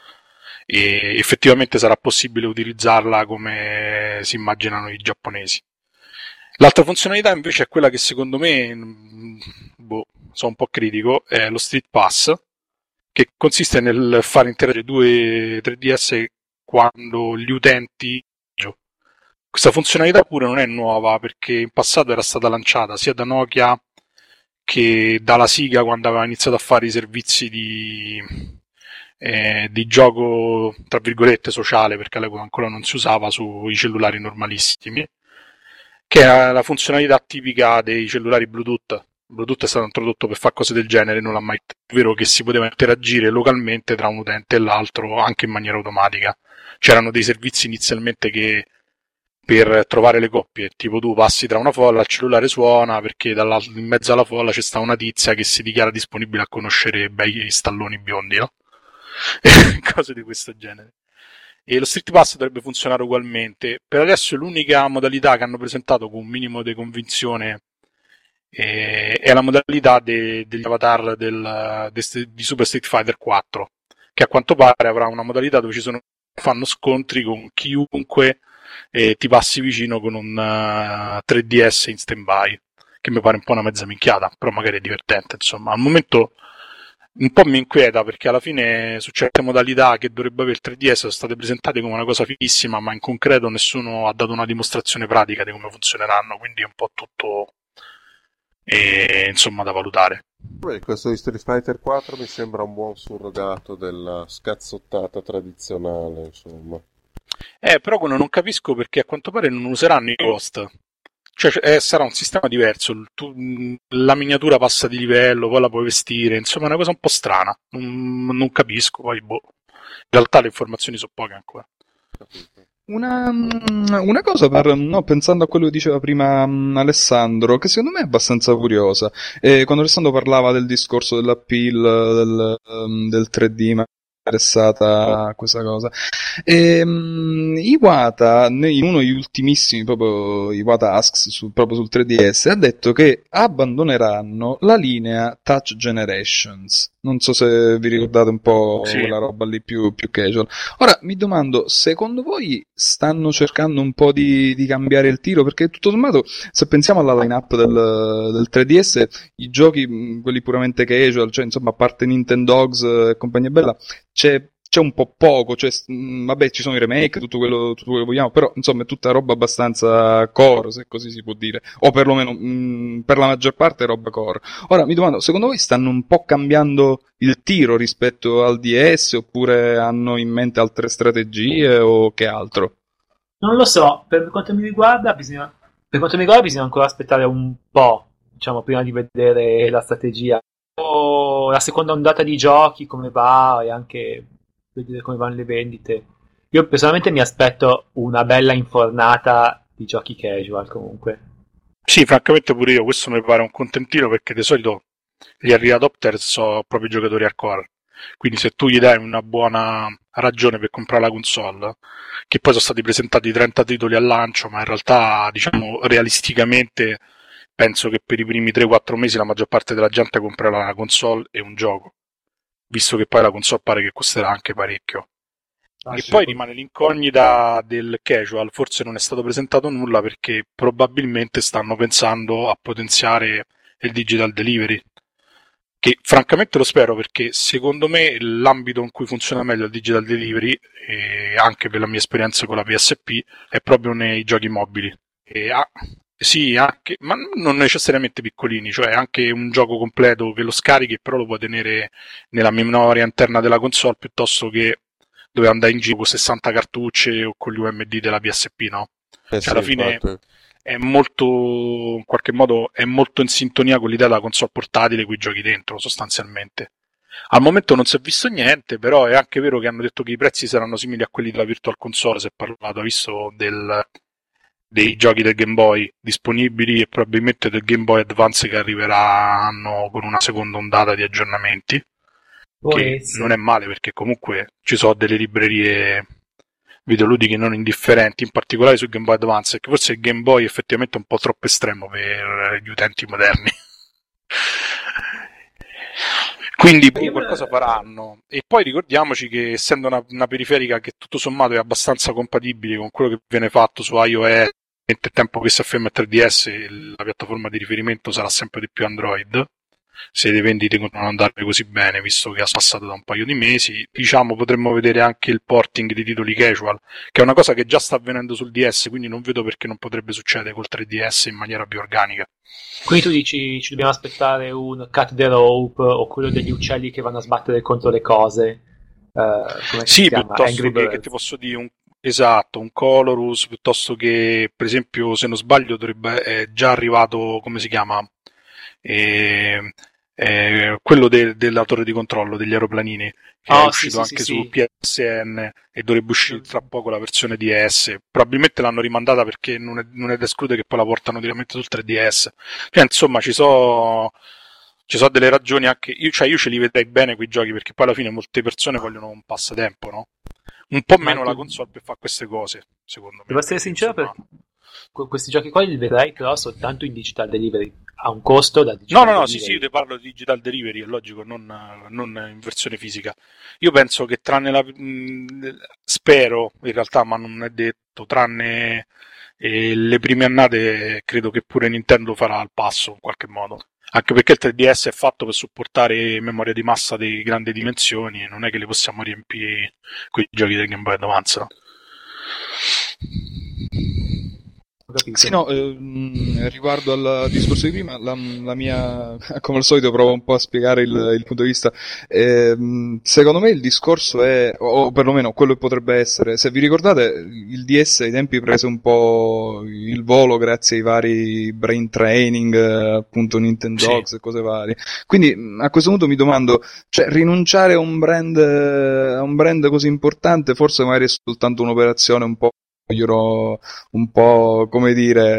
Speaker 3: e effettivamente sarà possibile utilizzarla come si immaginano i giapponesi. L'altra funzionalità invece è quella che secondo me, boh, sono un po' critico, è lo Street Pass, che consiste nel far interagire due tre D S quando gli utenti... Questa funzionalità pure non è nuova, perché in passato era stata lanciata sia da Nokia che dalla Sega quando aveva iniziato a fare i servizi di, eh, di gioco, tra virgolette, sociale, perché all'epoca ancora non si usava sui cellulari normalissimi, che è la funzionalità tipica dei cellulari Bluetooth. Bluetooth è stato introdotto per fare cose del genere, non l'ha mai è vero che si poteva interagire localmente tra un utente e l'altro anche in maniera automatica. C'erano dei servizi inizialmente che per trovare le coppie, tipo tu passi tra una folla, il cellulare suona perché in mezzo alla folla c'è sta una tizia che si dichiara disponibile a conoscere bei stalloni biondi, no? Cose di questo genere. E lo Street Pass dovrebbe funzionare ugualmente. Per adesso l'unica modalità che hanno presentato con un minimo di convinzione eh, è la modalità de, degli avatar del, de, di Super Street Fighter quattro, che a quanto pare avrà una modalità dove ci sono fanno scontri con chiunque e ti passi vicino con un uh, tre D S in stand-by, che mi pare un po' una mezza minchiata, però magari è divertente, insomma. Al momento un po' mi inquieta, perché alla fine su certe modalità che dovrebbe avere il tre D S sono state presentate come una cosa fighissima, ma in concreto nessuno ha dato una dimostrazione pratica di come funzioneranno, quindi è un po' tutto e, insomma, da valutare.
Speaker 2: Beh, questo di Street Fighter quattro mi sembra un buon surrogato della scazzottata tradizionale, insomma.
Speaker 3: Eh, però quello non capisco, perché a quanto pare non useranno i Ghost. Cioè eh, sarà un sistema diverso. Tu, la miniatura passa di livello, poi la puoi vestire. Insomma, è una cosa un po' strana. Non, non capisco. Poi, boh. In realtà le informazioni sono poche ancora.
Speaker 5: Una, una cosa per, no, pensando a quello che diceva prima um, Alessandro, che secondo me è abbastanza curiosa. Eh, quando Alessandro parlava del discorso dell'appeal del, um, del tre D, ma interessata a questa cosa. E, um, Iwata, in uno degli ultimissimi, proprio Iwata Asks, su, proprio sul tre D S, ha detto che abbandoneranno la linea Touch Generations. Non so se vi ricordate un po' sì. quella roba lì più, più casual. Ora mi domando, secondo voi stanno cercando un po' di, di cambiare il tiro? Perché tutto sommato, se pensiamo alla line-up del, del tre D S, i giochi, quelli puramente casual, cioè insomma a parte Nintendogs e compagnia bella, c'è, c'è un po' poco, cioè mh, vabbè ci sono i remake, tutto quello, tutto quello che vogliamo, però insomma è tutta roba abbastanza core, se così si può dire, o perlomeno mh, per la maggior parte è roba core. Ora mi domando, secondo voi stanno un po' cambiando il tiro rispetto al D S, oppure hanno in mente altre strategie o che altro?
Speaker 4: Non lo so, per quanto mi riguarda bisogna, per quanto mi riguarda bisogna ancora aspettare un po', diciamo, prima di vedere la strategia. O la seconda ondata di giochi come va, e anche vedere come vanno le vendite. io personalmente mi aspetto una bella infornata di giochi casual comunque.
Speaker 3: Sì, francamente pure io, questo mi pare un contentino perché di solito gli early adopters sono proprio giocatori hardcore. Quindi se tu gli dai una buona ragione per comprare la console, che poi sono stati presentati trenta titoli al lancio, ma in realtà, diciamo, realisticamente penso che per i primi tre quattro mesi la maggior parte della gente comprerà una console e un gioco, visto che poi la console pare che costerà anche parecchio.
Speaker 2: Ah,
Speaker 3: e
Speaker 2: sì,
Speaker 3: poi
Speaker 2: poi-
Speaker 3: rimane l'incognita del casual, forse non è stato presentato nulla perché probabilmente stanno pensando a potenziare il digital delivery, che francamente lo spero perché secondo me l'ambito in cui funziona meglio il digital delivery, e anche per la mia esperienza con la P S P, è proprio nei giochi mobili. E ha- sì, anche, ma non necessariamente piccolini, cioè anche un gioco completo che lo scarichi però lo puoi tenere nella memoria interna della console piuttosto che dove andare in giro con sessanta cartucce o con gli U M D della P S P, no?
Speaker 2: eh
Speaker 3: Cioè
Speaker 2: sì,
Speaker 3: alla fine
Speaker 2: infatti.
Speaker 3: è molto, in qualche modo, è molto in sintonia con l'idea della console portatile con i giochi dentro, sostanzialmente. Al momento non si è visto niente, però è anche vero che hanno detto che i prezzi saranno simili a quelli della Virtual Console, si è parlato, ha visto del, dei giochi del Game Boy disponibili e probabilmente del Game Boy Advance che arriveranno con una seconda ondata di aggiornamenti,
Speaker 4: Può
Speaker 3: che
Speaker 4: essere.
Speaker 3: non è male perché comunque ci sono delle librerie videoludiche non indifferenti, in particolare sul Game Boy Advance, che forse il Game Boy effettivamente è un po' troppo estremo per gli utenti moderni. Quindi boh, qualcosa faranno. E poi ricordiamoci che essendo una, una periferica che tutto sommato è abbastanza compatibile con quello che viene fatto su iOS, nel tempo che si afferma il tre D S, la piattaforma di riferimento sarà sempre di più Android. Se le vendite continuano ad andare così bene, visto che è passato da un paio di mesi, diciamo potremmo vedere anche il porting di titoli casual, che è una cosa che già sta avvenendo sul D S, quindi non vedo perché non potrebbe succedere col tre D S in maniera più organica.
Speaker 4: Quindi tu dici ci dobbiamo aspettare un Cut the Rope o quello degli uccelli che vanno a sbattere contro le cose? Eh, come
Speaker 3: Sì,
Speaker 4: si chiama?
Speaker 3: piuttosto
Speaker 4: Angry
Speaker 3: che, che
Speaker 4: Birds.
Speaker 3: ti posso dire un esatto, un Colorus, piuttosto che, per esempio, se non sbaglio, dovrebbe è già arrivato, come si chiama? Eh, eh, quello de- della torre di controllo degli aeroplanini, che
Speaker 4: Oh,
Speaker 3: è
Speaker 4: sì,
Speaker 3: uscito
Speaker 4: sì,
Speaker 3: anche
Speaker 4: sì,
Speaker 3: su
Speaker 4: sì.
Speaker 3: P S N e dovrebbe uscire tra poco la versione D S. Probabilmente l'hanno rimandata perché non è, non è da escludere che poi la portano direttamente sul tre D S. Cioè, insomma, ci sono ci sono delle ragioni anche io, cioè io ce li vedrei bene quei giochi perché poi alla fine molte persone vogliono un passatempo, no? Un po'
Speaker 4: Ma
Speaker 3: meno la
Speaker 4: tu-
Speaker 3: console per fare queste cose, secondo me.
Speaker 4: Devo essere
Speaker 3: perché,
Speaker 4: sincero,
Speaker 3: insomma-
Speaker 4: perché que- questi giochi qua li vedrai però soltanto in digital delivery, a un costo da
Speaker 3: No,
Speaker 4: digital
Speaker 3: no, no, sì,
Speaker 4: delivery.
Speaker 3: sì, io ti parlo di digital delivery, è logico, non, non in versione fisica. Io penso che tranne la... mh, spero, in realtà, ma non è detto, tranne eh, le prime annate, credo che pure Nintendo farà il passo in qualche modo. Anche perché il tre D S è fatto per supportare memoria di massa di grandi dimensioni e non è che le possiamo riempire con i giochi del Game Boy Advance. No?
Speaker 4: Ho capito.
Speaker 5: Sì, no, ehm, riguardo al discorso di prima, la, la mia, come al solito, provo un po' a spiegare il, il punto di vista. Ehm, secondo me il discorso è, o perlomeno quello che potrebbe essere, se vi ricordate, il D S ai tempi prese un po' il volo grazie ai vari brain training, eh, appunto Nintendogs
Speaker 3: Sì.
Speaker 5: e cose varie. Quindi mh, a questo punto mi domando, cioè rinunciare a un brand, eh, a un brand così importante, forse magari è soltanto un'operazione un po' vogliono un po', come dire,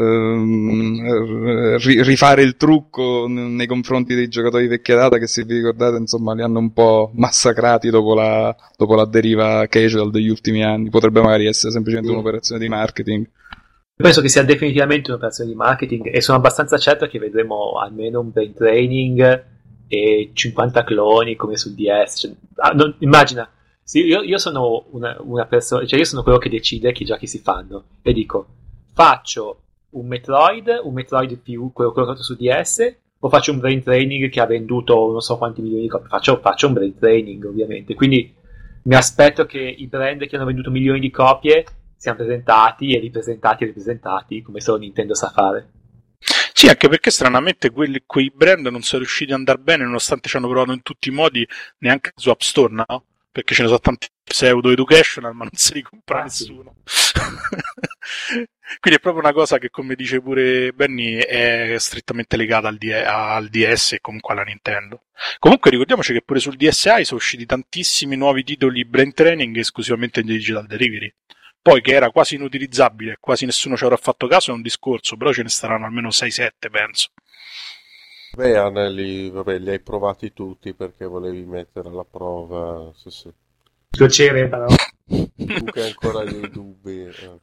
Speaker 5: ehm, ri- rifare il trucco n- nei confronti dei giocatori di vecchia data che, se vi ricordate, insomma, li hanno un po' massacrati dopo la, dopo la deriva casual degli ultimi anni. Potrebbe magari essere semplicemente un'operazione di marketing.
Speaker 4: Penso che sia definitivamente un'operazione di marketing e sono abbastanza certo che vedremo almeno un brain training e cinquanta cloni come sul D S. Cioè, ah, non- immagina, sì, io, io sono una, una persona, cioè io sono quello che decide che giochi si fanno e dico faccio un Metroid, un Metroid più quello che ho fatto su D S o faccio un brain training che ha venduto non so quanti milioni di copie. Faccio, faccio un brain training, ovviamente. Quindi mi aspetto che i brand che hanno venduto milioni di copie siano presentati e ripresentati e ripresentati come solo Nintendo sa fare.
Speaker 3: Sì, anche perché stranamente quelli, quei brand non sono riusciti ad andare bene nonostante ci hanno provato in tutti i modi, neanche su App Store, no? perché ce ne sono tanti pseudo educational, ma non se li compra
Speaker 4: Ah,
Speaker 3: nessuno. Quindi è proprio una cosa che, come dice pure Benny, è strettamente legata al, D- al D S e comunque alla Nintendo. Comunque ricordiamoci che pure sul D S i sono usciti tantissimi nuovi titoli brain training esclusivamente in digital delivery. Poi che era quasi inutilizzabile, quasi nessuno ci avrà fatto caso, è un discorso, però ce ne staranno almeno sei sette, penso.
Speaker 2: Beh, Anelli, vabbè, li hai provati tutti perché volevi mettere alla prova. Sì, sì.
Speaker 4: Piacere, però.
Speaker 2: Tu che hai ancora dei dubbi. eh.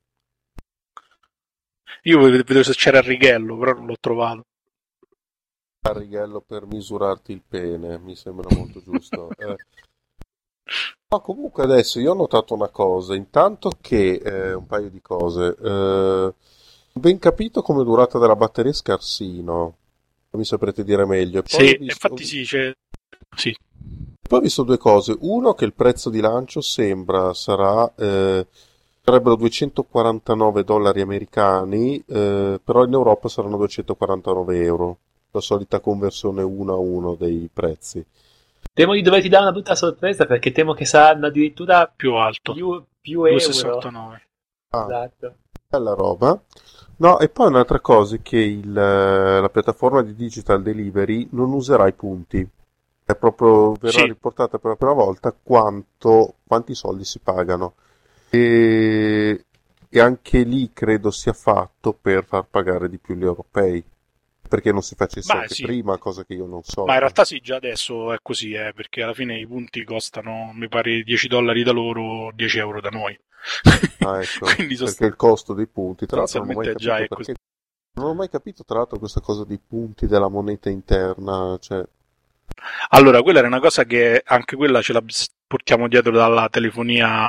Speaker 3: Io vedo se c'era il righello, però non l'ho trovato.
Speaker 2: A righello per misurarti il pene, mi sembra molto giusto. Eh, No, comunque adesso io ho notato una cosa, intanto che eh, un paio di cose. Eh, ben capito come durata della batteria è scarsino, mi saprete dire meglio. E poi
Speaker 3: Sì,
Speaker 2: ho visto,
Speaker 3: infatti sì, c'è... Sì.
Speaker 2: poi ho visto due cose. Uno, che il prezzo di lancio sembra sarà, eh, sarebbero duecentoquarantanove dollari americani, eh, però in Europa saranno duecentoquarantanove euro, la solita conversione uno a uno dei prezzi.
Speaker 4: Temo di doverti dare una brutta sorpresa perché temo che saranno addirittura
Speaker 3: Più alto,
Speaker 4: più, più euro.
Speaker 3: duecentosessantanove.
Speaker 2: Ah,
Speaker 4: Esatto.
Speaker 2: bella roba. No, e poi un'altra cosa è che il, eh, la piattaforma di digital delivery non userà i punti. È proprio, verrà
Speaker 3: Sì,
Speaker 2: riportata per la prima volta quanto, quanti soldi si pagano. E, e anche lì credo sia fatto per far pagare di più gli europei. Perché non si facesse
Speaker 3: ma
Speaker 2: anche
Speaker 3: sì,
Speaker 2: prima, cosa che io non so.
Speaker 3: ma in realtà sì, già adesso è così, eh, perché alla fine i punti costano, mi pare, dieci dollari da loro, dieci euro da noi.
Speaker 2: Ah, ecco,
Speaker 3: Quindi
Speaker 2: perché il costo dei punti, tra l'altro non ho mai
Speaker 3: sostanzialmente già
Speaker 2: capito
Speaker 3: è così.
Speaker 2: perché, non ho mai capito tra l'altro questa cosa dei punti della moneta interna, cioè,
Speaker 3: Allora, quella era una cosa che anche quella ce la portiamo dietro dalla telefonia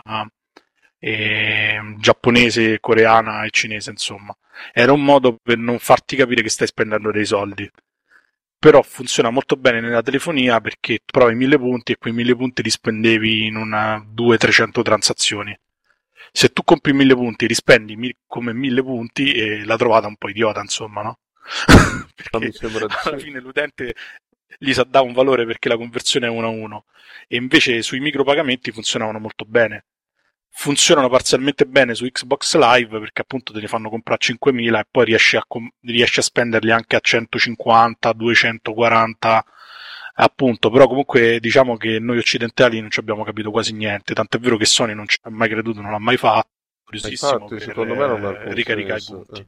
Speaker 3: eh, giapponese, coreana e cinese, insomma. Era un modo per non farti capire che stai spendendo dei soldi. Però funziona molto bene nella telefonia perché provi mille punti e quei mille punti li spendevi in una duecento trecento transazioni. Se tu compri mille punti e li spendi mi- come mille punti, eh, la trovata è un po' idiota, insomma, no?
Speaker 2: ma mi
Speaker 3: Perché
Speaker 2: sembra di
Speaker 3: alla
Speaker 2: sì.
Speaker 3: fine l'utente gli sa dà un valore perché la conversione è uno a uno e invece sui micropagamenti funzionavano molto bene. Funzionano parzialmente bene su Xbox Live perché appunto te ne fanno comprare cinquemila e poi riesci a, com- riesci a spenderli anche a centocinquanta, duecentoquaranta appunto, però comunque diciamo che noi occidentali non ci abbiamo capito quasi niente, tant'è vero che Sony non ci ha mai creduto, non l'ha mai fatto,
Speaker 2: Ma
Speaker 3: curiosissimo
Speaker 2: infatti,
Speaker 3: per
Speaker 2: secondo me non ha
Speaker 3: eh,
Speaker 2: alcun
Speaker 3: ricaricare i
Speaker 2: senso.
Speaker 3: punti.
Speaker 2: eh.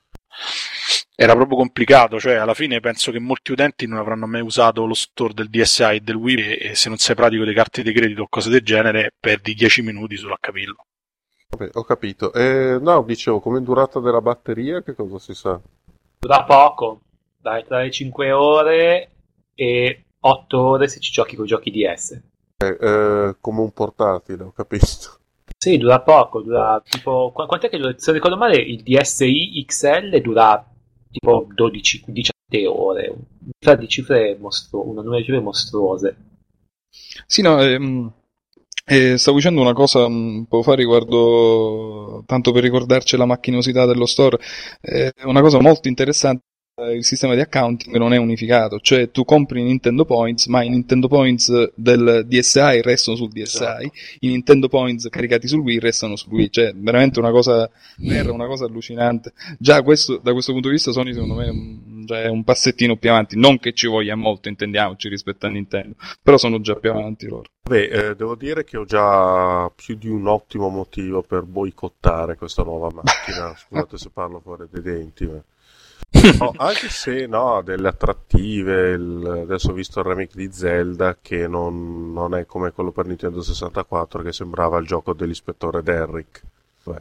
Speaker 3: Era proprio complicato, cioè alla fine penso che molti utenti non avranno mai usato lo store del D S i e del Wii e, e se non sei pratico di carte di credito o cose del genere perdi dieci minuti solo a capirlo.
Speaker 2: Vabbè, ho capito. Eh, no, dicevo, come durata della batteria, che cosa si sa?
Speaker 4: Dura poco, dai, tra le cinque ore e otto ore se ci giochi con i giochi D S.
Speaker 2: Eh, eh, come un portatile, ho capito.
Speaker 4: Sì, dura poco, dura tipo... qu- Quant'è che dura? Se non ricordo male il D S i X L dura tipo dodici diciassette ore. Fra di cifre mostru- una numero di cifre mostruose.
Speaker 5: Sì, no, ehm, eh, stavo dicendo una cosa un po' fa riguardo, tanto per ricordarci la macchinosità dello store, eh, una cosa molto interessante. eh, Il sistema di accounting non è unificato, cioè tu compri i Nintendo Points, ma i Nintendo Points del D S i restano sul D S i,
Speaker 3: Esatto.
Speaker 5: i Nintendo Points caricati sul Wii restano sul Wii, cioè veramente una cosa vera, una cosa allucinante. Già questo, da questo punto di vista Sony secondo me è un, già è un passettino più avanti, non che ci voglia molto, intendiamoci, rispetto a Nintendo, però sono già più avanti loro.
Speaker 2: Beh, eh, devo dire che ho già più di un ottimo motivo per boicottare questa nuova macchina. Scusate se parlo fuori dai denti, ma... No, anche se no, ha delle attrattive. il- Adesso ho visto il remake di Zelda che non, non è come quello per Nintendo sessantaquattro che sembrava il gioco dell'ispettore Derrick. Beh,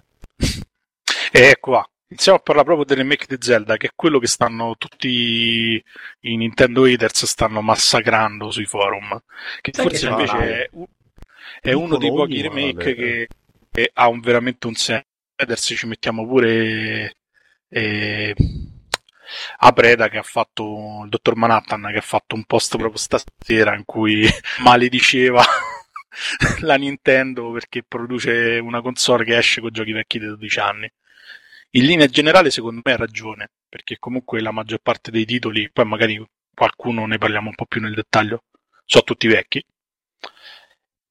Speaker 3: E ecco qua, iniziamo a parlare proprio del remake di Zelda, che è quello che stanno tutti i Nintendo haters stanno massacrando sui forum, che
Speaker 4: Sai che
Speaker 3: forse
Speaker 4: c'è
Speaker 3: invece
Speaker 4: male?
Speaker 3: è, u- è uno dei
Speaker 2: dicono
Speaker 3: pochi
Speaker 2: ogni
Speaker 3: remake
Speaker 2: male. eh.
Speaker 3: che, che ha un, veramente un senso. Haters ci mettiamo pure eh, a Preda che ha fatto il dottor Manhattan che ha fatto un post proprio stasera in cui malediceva la Nintendo perché produce una console che esce con giochi vecchi di dodici anni. In linea generale secondo me ha ragione, perché comunque la maggior parte dei titoli, poi magari qualcuno ne parliamo un po' più nel dettaglio, sono tutti vecchi.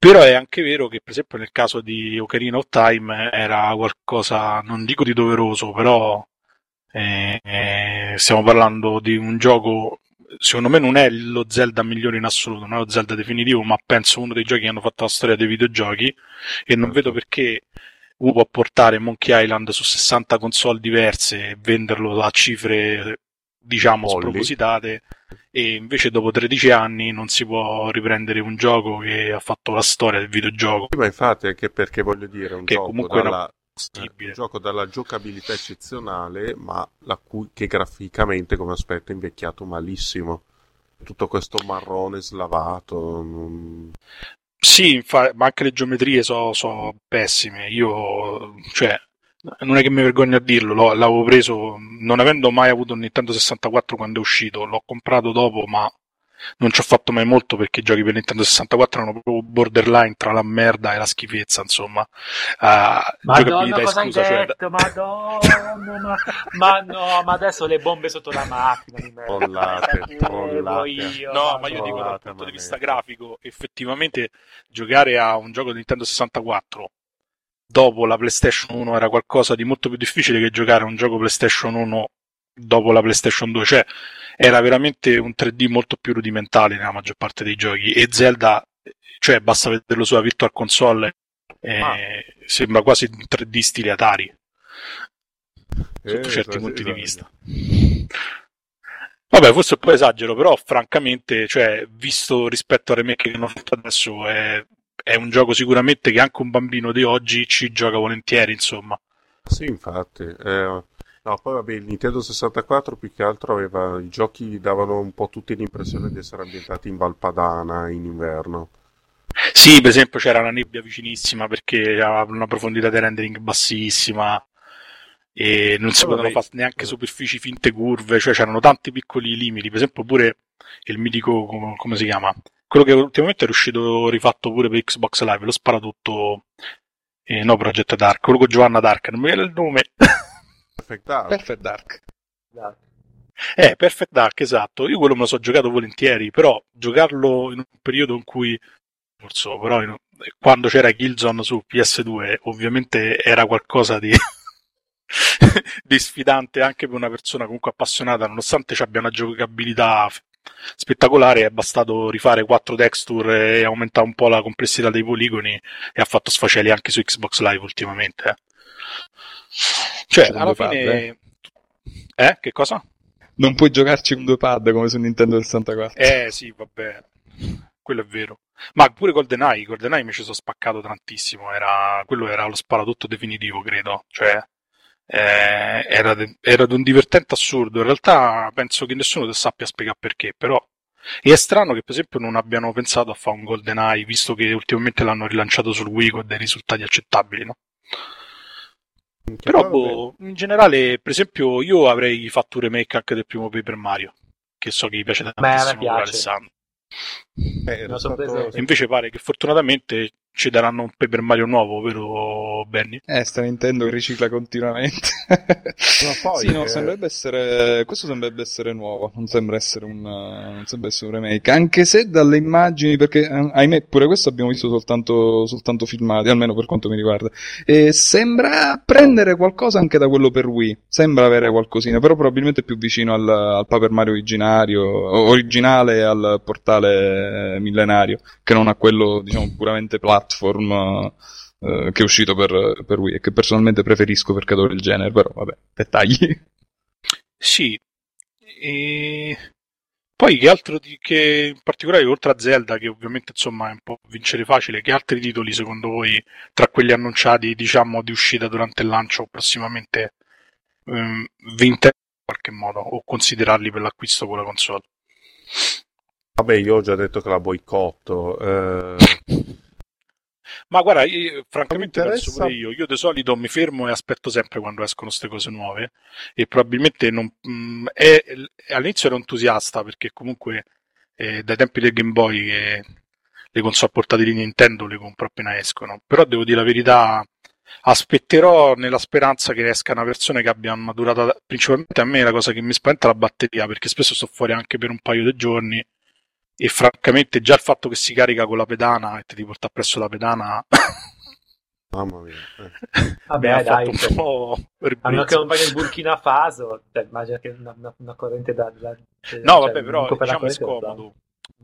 Speaker 3: Però è anche vero che, per esempio, nel caso di Ocarina of Time era qualcosa, non dico di doveroso, però eh, eh, stiamo parlando di un gioco, secondo me non è lo Zelda migliore in assoluto, non è lo Zelda definitivo, ma penso uno dei giochi che hanno fatto la storia dei videogiochi, e non vedo perché uno può portare Monkey Island su sessanta console diverse e venderlo a cifre, diciamo,
Speaker 2: Molli.
Speaker 3: spropositate, e invece dopo tredici anni non si può riprendere un gioco che ha fatto la storia del videogioco.
Speaker 2: Sì, ma infatti anche perché voglio dire, un
Speaker 3: Che
Speaker 2: gioco
Speaker 3: comunque è
Speaker 2: dalla,
Speaker 3: una-
Speaker 2: eh, un gioco dalla giocabilità eccezionale, ma la cui, che graficamente come aspetto è invecchiato malissimo. Tutto questo marrone slavato. non-
Speaker 3: Sì, infa- ma anche le geometrie sono so pessime. Io, cioè, non è che mi vergogno a dirlo, l'ho- l'avevo preso non avendo mai avuto un Nintendo sessantaquattro quando è uscito, l'ho comprato dopo, ma non ci ho fatto mai molto perché i giochi per Nintendo sessantaquattro erano proprio borderline tra la merda e la schifezza, insomma. Uh,
Speaker 4: Madonna,
Speaker 3: giocabilità
Speaker 4: cosa hai
Speaker 3: esclusa, cioè,
Speaker 4: detto? Madonna, ma, ma no, ma adesso le bombe sotto la macchina di me.
Speaker 2: Trollate,
Speaker 4: Sapevo
Speaker 2: trollate.
Speaker 4: io,
Speaker 3: no, ma io dico dal
Speaker 2: Trollate,
Speaker 3: punto di vista
Speaker 2: manetta.
Speaker 3: grafico, effettivamente giocare a un gioco di Nintendo sessantaquattro dopo la PlayStation uno era qualcosa di molto più difficile che giocare a un gioco PlayStation uno dopo la PlayStation due, cioè era veramente un tre D molto più rudimentale nella maggior parte dei giochi, e Zelda, cioè basta vederlo sulla Virtual Console, eh,
Speaker 2: Ah.
Speaker 3: sembra quasi un tre D stile Atari sotto
Speaker 2: Eh,
Speaker 3: certi
Speaker 2: esatto,
Speaker 3: punti di
Speaker 2: esatto.
Speaker 3: vista. Vabbè, forse poi esagero, però francamente, cioè, visto rispetto al remake che hanno fatto adesso, è, è un gioco sicuramente che anche un bambino di oggi ci gioca volentieri, insomma.
Speaker 2: Sì, infatti. eh, no, poi vabbè, il Nintendo sessantaquattro più che altro aveva i giochi davano un po' tutti l'impressione di essere ambientati in Valpadana in inverno.
Speaker 3: Sì, per esempio c'era una nebbia vicinissima perché aveva una profondità di rendering bassissima e non si
Speaker 2: Poi
Speaker 3: potevano
Speaker 2: vabbè,
Speaker 3: fare neanche
Speaker 2: eh,
Speaker 3: superfici finte curve, cioè c'erano tanti piccoli limiti, per esempio pure il mitico, com- come si chiama? Quello che ultimamente è riuscito rifatto pure per Xbox Live, lo sparatutto, eh, no, Project Dark, quello con Giovanna Dark, non mi viene il nome.
Speaker 2: Perfect Dark.
Speaker 5: Perfect Dark.
Speaker 3: Eh, Perfect Dark, esatto, io quello me lo so giocato volentieri, però giocarlo in un periodo in cui, forse, però in- quando c'era Killzone su P S due, ovviamente era qualcosa di di sfidante anche per una persona comunque appassionata, nonostante ci abbia una giocabilità f- spettacolare, è bastato rifare quattro texture e aumentare un po' la complessità dei poligoni e ha fatto sfaceli anche su Xbox Live ultimamente. eh. Cioè,
Speaker 5: Con
Speaker 3: alla
Speaker 5: due pad,
Speaker 3: fine... Eh? Che cosa?
Speaker 5: Non puoi giocarci con due pad come su Nintendo sessantaquattro.
Speaker 3: Eh sì, vabbè, quello è vero. Ma pure GoldenEye, GoldenEye mi ci sono spaccato tantissimo, era... quello era lo sparatutto definitivo, credo, cioè... Eh, era, de- era di un divertente assurdo. In realtà penso che nessuno te sappia spiegare perché, però e è strano che per esempio non abbiano pensato a fare un GoldenEye, visto che ultimamente l'hanno rilanciato sul Wii con dei risultati accettabili, no?
Speaker 2: Che
Speaker 3: Però
Speaker 2: poi, vabbè,
Speaker 3: boh, in generale, per esempio, io avrei fatto un remake anche del primo Paper Mario, che so che gli piace
Speaker 4: Beh, a
Speaker 3: tantissimo
Speaker 4: me
Speaker 3: pure
Speaker 4: piace.
Speaker 3: Alessandro.
Speaker 2: eh, era
Speaker 4: Non so
Speaker 2: stato...
Speaker 4: presente.
Speaker 3: E invece pare che fortunatamente ci daranno un Paper Mario nuovo, vero Benny?
Speaker 5: Eh, sta Nintendo che ricicla continuamente.
Speaker 2: Ma poi,
Speaker 5: Sì, no,
Speaker 2: eh,
Speaker 5: sembrerebbe essere. Questo sembrerebbe essere nuovo, non sembra essere un, uh, non sembra essere un remake. Anche se dalle immagini, perché eh, ahimè, pure questo abbiamo visto soltanto, soltanto filmati, almeno per quanto mi riguarda. E sembra prendere qualcosa anche da quello per Wii. Sembra avere qualcosina, però probabilmente più vicino al, al Paper Mario originario, originale e al portale eh, millenario, che non a quello, diciamo, puramente platform. Uh, che è uscito per, per Wii e che personalmente preferisco perché adoro il genere, però vabbè, dettagli.
Speaker 3: Sì, e poi che altro di, che in particolare oltre a Zelda, che ovviamente insomma è un po' vincere facile, che altri titoli secondo voi tra quelli annunciati diciamo di uscita durante il lancio prossimamente ehm, vi interessano in qualche modo o considerarli per l'acquisto con la console?
Speaker 2: vabbè, io ho già detto che la boicotto. eh,
Speaker 3: Ma guarda, io, francamente
Speaker 2: Non mi
Speaker 3: penso
Speaker 2: interessa-
Speaker 3: pure io. Io di solito mi fermo e aspetto sempre quando escono queste cose nuove e probabilmente non, mh, è- all'inizio ero entusiasta perché comunque eh, dai tempi del Game Boy che le console portatili Nintendo le compro appena escono. Però devo dire la verità, aspetterò nella speranza che esca una versione che abbia maturato. Principalmente a me la cosa che mi spaventa è la batteria, perché spesso sto fuori anche per un paio di giorni e francamente già il fatto che si carica con la pedana e ti porta appresso la pedana
Speaker 2: mamma mia, eh.
Speaker 4: Vabbè, dai,
Speaker 3: un po'
Speaker 4: a meno che non vai nel Burkina Faso, cioè, immagina che una, una, una corrente da, da
Speaker 3: no
Speaker 4: cioè,
Speaker 3: vabbè, però diciamo è
Speaker 4: corrente,
Speaker 3: scomodo,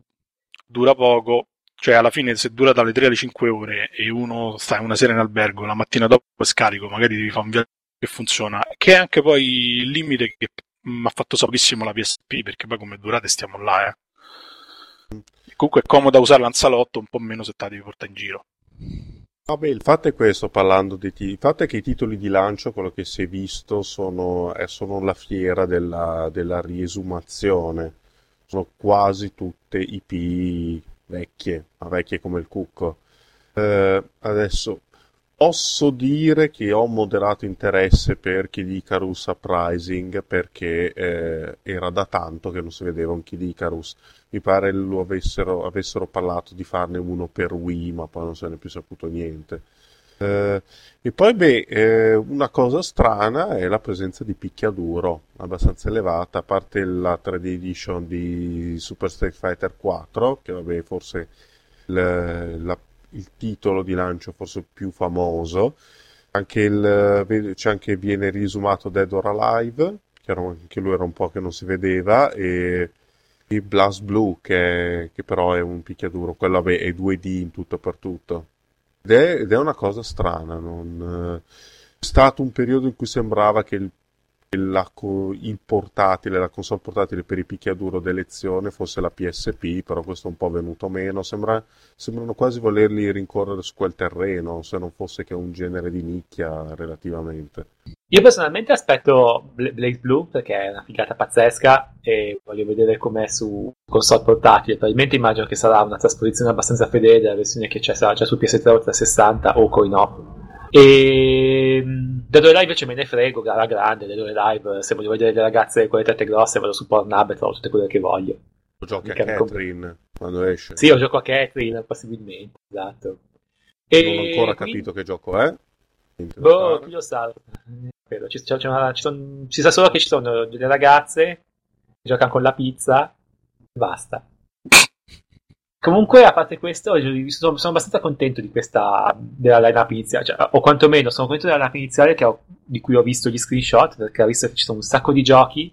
Speaker 3: dura poco, cioè alla fine se dura dalle tre alle cinque ore e uno sta una sera in albergo, la mattina dopo è scarico, magari devi fare un viaggio che funziona, che è anche poi il limite che mi ha fatto pochissimo la P S P, perché poi come durate stiamo là, eh. Comunque è comoda usarla in salotto, un po' meno se te la devi portare in giro.
Speaker 2: Vabbè, il fatto è questo, parlando di ti- il fatto è che i titoli di lancio, quello che si è visto, sono, eh, sono la fiera della, della riesumazione. Sono quasi tutte I P vecchie, ma vecchie come il cucco. Eh, adesso posso dire che ho moderato interesse per Kid Icarus Uprising perché eh, era da tanto che non si vedeva un Kid Icarus. Mi pare lo avessero, avessero parlato di farne uno per Wii, ma poi non se ne è più saputo niente. Eh, e poi, beh, eh, una cosa strana è la presenza di picchiaduro, abbastanza elevata, a parte la tre D Edition di Super Street Fighter quattro, che vabbè, forse il, la, il titolo di lancio forse più famoso. Anche il, c'è anche viene risumato Dead or Alive, che era, anche lui era un po' che non si vedeva, e e Blast Blue che, che però è un picchiaduro, quello vabbè, è due D in tutto per tutto ed è, ed è una cosa strana, non, eh, è stato un periodo in cui sembrava che il, la, il portatile, la console portatile per i picchiaduro d'elezione fosse la P S P, però questo è un po' venuto meno, sembra, sembrano quasi volerli rincorrere su quel terreno, se non fosse che un genere di nicchia relativamente.
Speaker 4: Io personalmente aspetto Blaze Blue perché è una figata pazzesca e voglio vedere com'è su console portatile. Probabilmente immagino che sarà una trasposizione abbastanza fedele della versione che c'è, sarà già su P S tre o trecentosessanta o coin-op. E Dead or Alive ce me ne frego, alla grande. Dead or Alive, se voglio vedere le ragazze con le tette grosse vado su Pornhub e trovo tutte quelle che voglio.
Speaker 2: Lo giochi a Catherine quando esce?
Speaker 4: Sì, io gioco a Catherine possibilmente, esatto.
Speaker 2: E non ho ancora quindi... capito che gioco è.
Speaker 4: Boh, chi lo sa. Ci, c'è una, ci son, si sa solo che ci sono delle ragazze che giocano con la pizza e basta. Comunque, a parte questo, sono, sono abbastanza contento di questa della line-up iniziale, cioè, o quantomeno sono contento della line-up iniziale che ho, di cui ho visto gli screenshot, perché ho visto che ci sono un sacco di giochi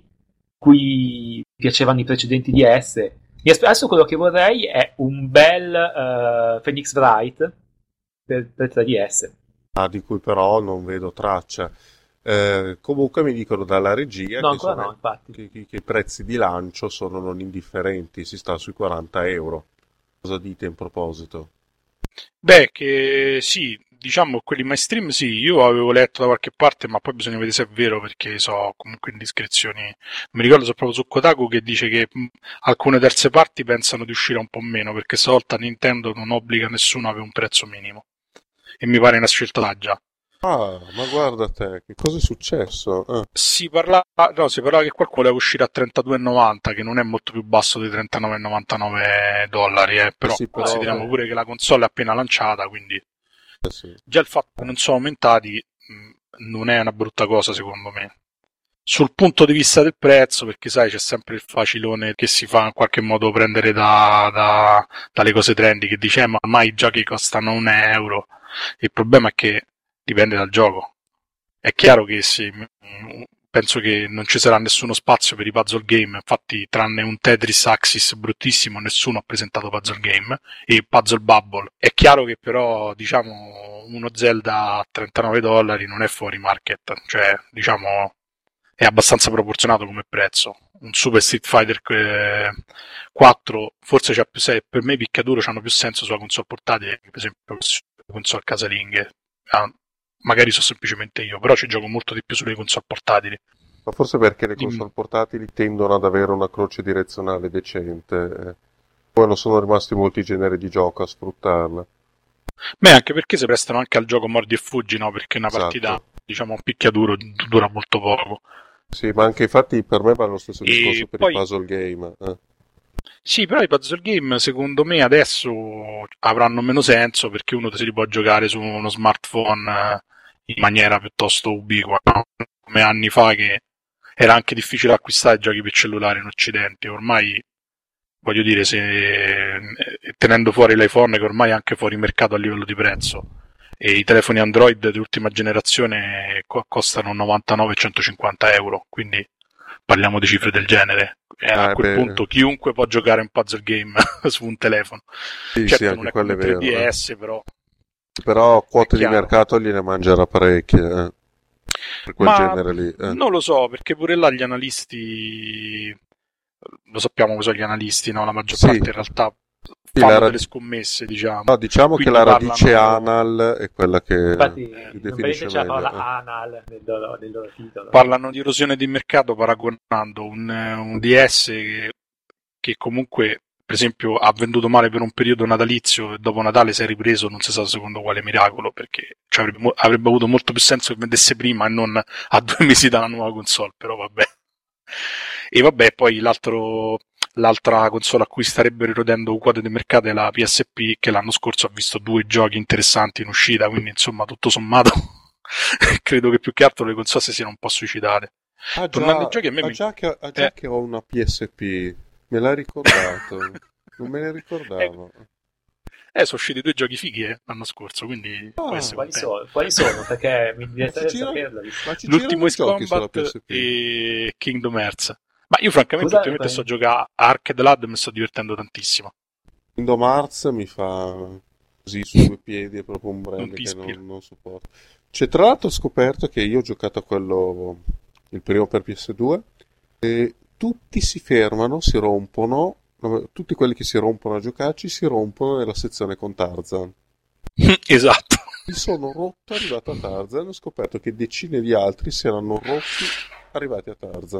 Speaker 4: cui piacevano i precedenti D S. E adesso quello che vorrei è un bel uh, Phoenix Wright per, per tre D S.
Speaker 2: Ah, di cui però non vedo traccia. Eh, comunque mi dicono dalla regia
Speaker 4: no,
Speaker 2: che, sono,
Speaker 4: no, infatti.
Speaker 2: Che, che, che i prezzi di lancio sono non indifferenti, si sta sui quaranta euro. Cosa dite in proposito?
Speaker 3: Beh, che sì, diciamo quelli mainstream sì, io avevo letto da qualche parte, ma poi bisogna vedere se è vero perché so comunque indiscrezioni. Non mi ricordo se proprio su Kotaku che dice che mh, alcune terze parti pensano di uscire un po' meno perché stavolta Nintendo non obbliga nessuno a avere un prezzo minimo. E mi pare una scelta saggia.
Speaker 2: Ah, ma guarda te, che cosa è successo? Ah.
Speaker 3: Si parlava, no, si parlava che qualcuno voleva uscire a trentadue e novanta, che non è molto più basso di trentanove e novantanove dollari, eh, però,
Speaker 2: sì, però
Speaker 3: consideriamo
Speaker 2: eh.
Speaker 3: pure che la console è appena lanciata, quindi
Speaker 2: eh sì.
Speaker 3: Già il fatto che non sono aumentati mh, non è una brutta cosa secondo me. Sul punto di vista del prezzo, perché sai c'è sempre il facilone che si fa in qualche modo prendere da, da, dalle cose trendy che dice eh, ma ormai i giochi costano un euro. Il problema è che dipende dal gioco. È chiaro che se, penso che non ci sarà nessuno spazio per i puzzle game, infatti tranne un Tetris Axis bruttissimo nessuno ha presentato puzzle game e Puzzle Bubble. È chiaro che però diciamo uno Zelda a trentanove dollari non è fuori market, cioè diciamo è abbastanza proporzionato come prezzo. Un Super Street Fighter quattro forse c'ha più senso, per me i picchiaduro hanno più senso sulla console portatile che per esempio sulle console casalinghe. Ah, magari so semplicemente io, però ci gioco molto di più sulle console portatili.
Speaker 2: Ma forse perché le
Speaker 3: Dimmi.
Speaker 2: console portatili tendono ad avere una croce direzionale decente. Poi non sono rimasti molti generi di gioco a sfruttarla.
Speaker 3: Beh, anche perché si prestano anche al gioco mordi e fuggi, no? Perché una
Speaker 2: Esatto.
Speaker 3: partita, diciamo, un picchiaduro dura molto poco.
Speaker 2: Sì, ma anche infatti per me va lo stesso discorso
Speaker 3: E
Speaker 2: per
Speaker 3: poi...
Speaker 2: i puzzle game. Eh.
Speaker 3: Sì, però i puzzle game secondo me adesso avranno meno senso perché uno si li può giocare su uno smartphone in maniera piuttosto ubiqua, no? Come anni fa che era anche difficile acquistare giochi per cellulare in Occidente, ormai voglio dire, se tenendo fuori l'iPhone che ormai è anche fuori mercato a livello di prezzo, e i telefoni Android di ultima generazione costano novantanove e centocinquanta euro, quindi parliamo di cifre del genere. E a
Speaker 2: Ah,
Speaker 3: quel
Speaker 2: beh.
Speaker 3: punto chiunque può giocare un puzzle game su un telefono.
Speaker 2: Sì,
Speaker 3: Certo,
Speaker 2: sì,
Speaker 3: non
Speaker 2: anche
Speaker 3: è
Speaker 2: quello
Speaker 3: come
Speaker 2: è
Speaker 3: il
Speaker 2: vero.
Speaker 3: tre D
Speaker 2: eh.
Speaker 3: S, però.
Speaker 2: Però quote
Speaker 3: È
Speaker 2: di
Speaker 3: chiaro.
Speaker 2: mercato gliene mangerà parecchie, eh, per quel
Speaker 3: Ma
Speaker 2: genere lì. eh.
Speaker 3: non lo so, perché pure là gli analisti, lo sappiamo cosa sono gli analisti, no? La maggior
Speaker 2: Sì.
Speaker 3: parte in realtà
Speaker 2: Sì,
Speaker 3: fanno
Speaker 2: la ra-
Speaker 3: delle scommesse, diciamo.
Speaker 2: No, diciamo
Speaker 3: Quindi
Speaker 2: che la radice
Speaker 3: parlano-
Speaker 2: anal è quella che
Speaker 4: Infatti,
Speaker 2: si
Speaker 4: non
Speaker 2: definisce
Speaker 4: vedete c'è la
Speaker 2: meglio.
Speaker 4: parola
Speaker 2: eh.
Speaker 4: anal nel loro, nel loro titolo.
Speaker 3: Parlano di erosione di mercato paragonando un, un D S che, che comunque, per esempio, ha venduto male per un periodo natalizio e dopo Natale si è ripreso, non si sa secondo quale miracolo, perché cioè, avrebbe, mo- avrebbe avuto molto più senso che vendesse prima e non a due mesi dalla nuova console, però vabbè. E vabbè, poi l'altro, l'altra console a cui starebbero erodendo quote di mercato è la P S P, che l'anno scorso ha visto due giochi interessanti in uscita, quindi insomma tutto sommato credo che più che altro le console si siano un po' suicidate.
Speaker 2: Ah
Speaker 3: Tornando
Speaker 2: già,
Speaker 3: ai giochi, a me
Speaker 2: ah,
Speaker 3: mi-
Speaker 2: già che, ah, già
Speaker 3: eh.
Speaker 2: che ho una P S P, me l'hai ricordato? Non me ne ricordavo.
Speaker 3: Eh, sono usciti due giochi fighi eh, l'anno scorso, quindi
Speaker 2: Ah,
Speaker 3: può essere
Speaker 4: Quali
Speaker 3: contento.
Speaker 4: sono? Quali sono? Perché mi
Speaker 2: Ma ci
Speaker 4: piacerebbe
Speaker 2: gira-
Speaker 4: saperlo. visto-
Speaker 2: ma ci
Speaker 3: L'ultimo
Speaker 2: girano i
Speaker 3: Ace
Speaker 2: giochi sulla
Speaker 3: Combat
Speaker 2: P S P?
Speaker 3: e Kingdom Hearts. Ma io francamente
Speaker 4: Scusa,
Speaker 3: ultimamente
Speaker 4: vai.
Speaker 3: sto a giocare a Arcade Lad e mi sto divertendo tantissimo.
Speaker 2: Kingdom Hearts mi fa così su due piedi, è proprio un brand
Speaker 3: Non ti
Speaker 2: che
Speaker 3: ispira.
Speaker 2: non, non sopporto. C'è tra l'altro ho scoperto che io ho giocato a quello, il primo per P S due, e tutti si fermano, si rompono, no, tutti quelli che si rompono a giocarci si rompono nella sezione con Tarzan.
Speaker 3: Esatto.
Speaker 2: Mi sono rotto arrivato a Tarzan e ho scoperto che decine di altri si erano rotti arrivati a Tarzan.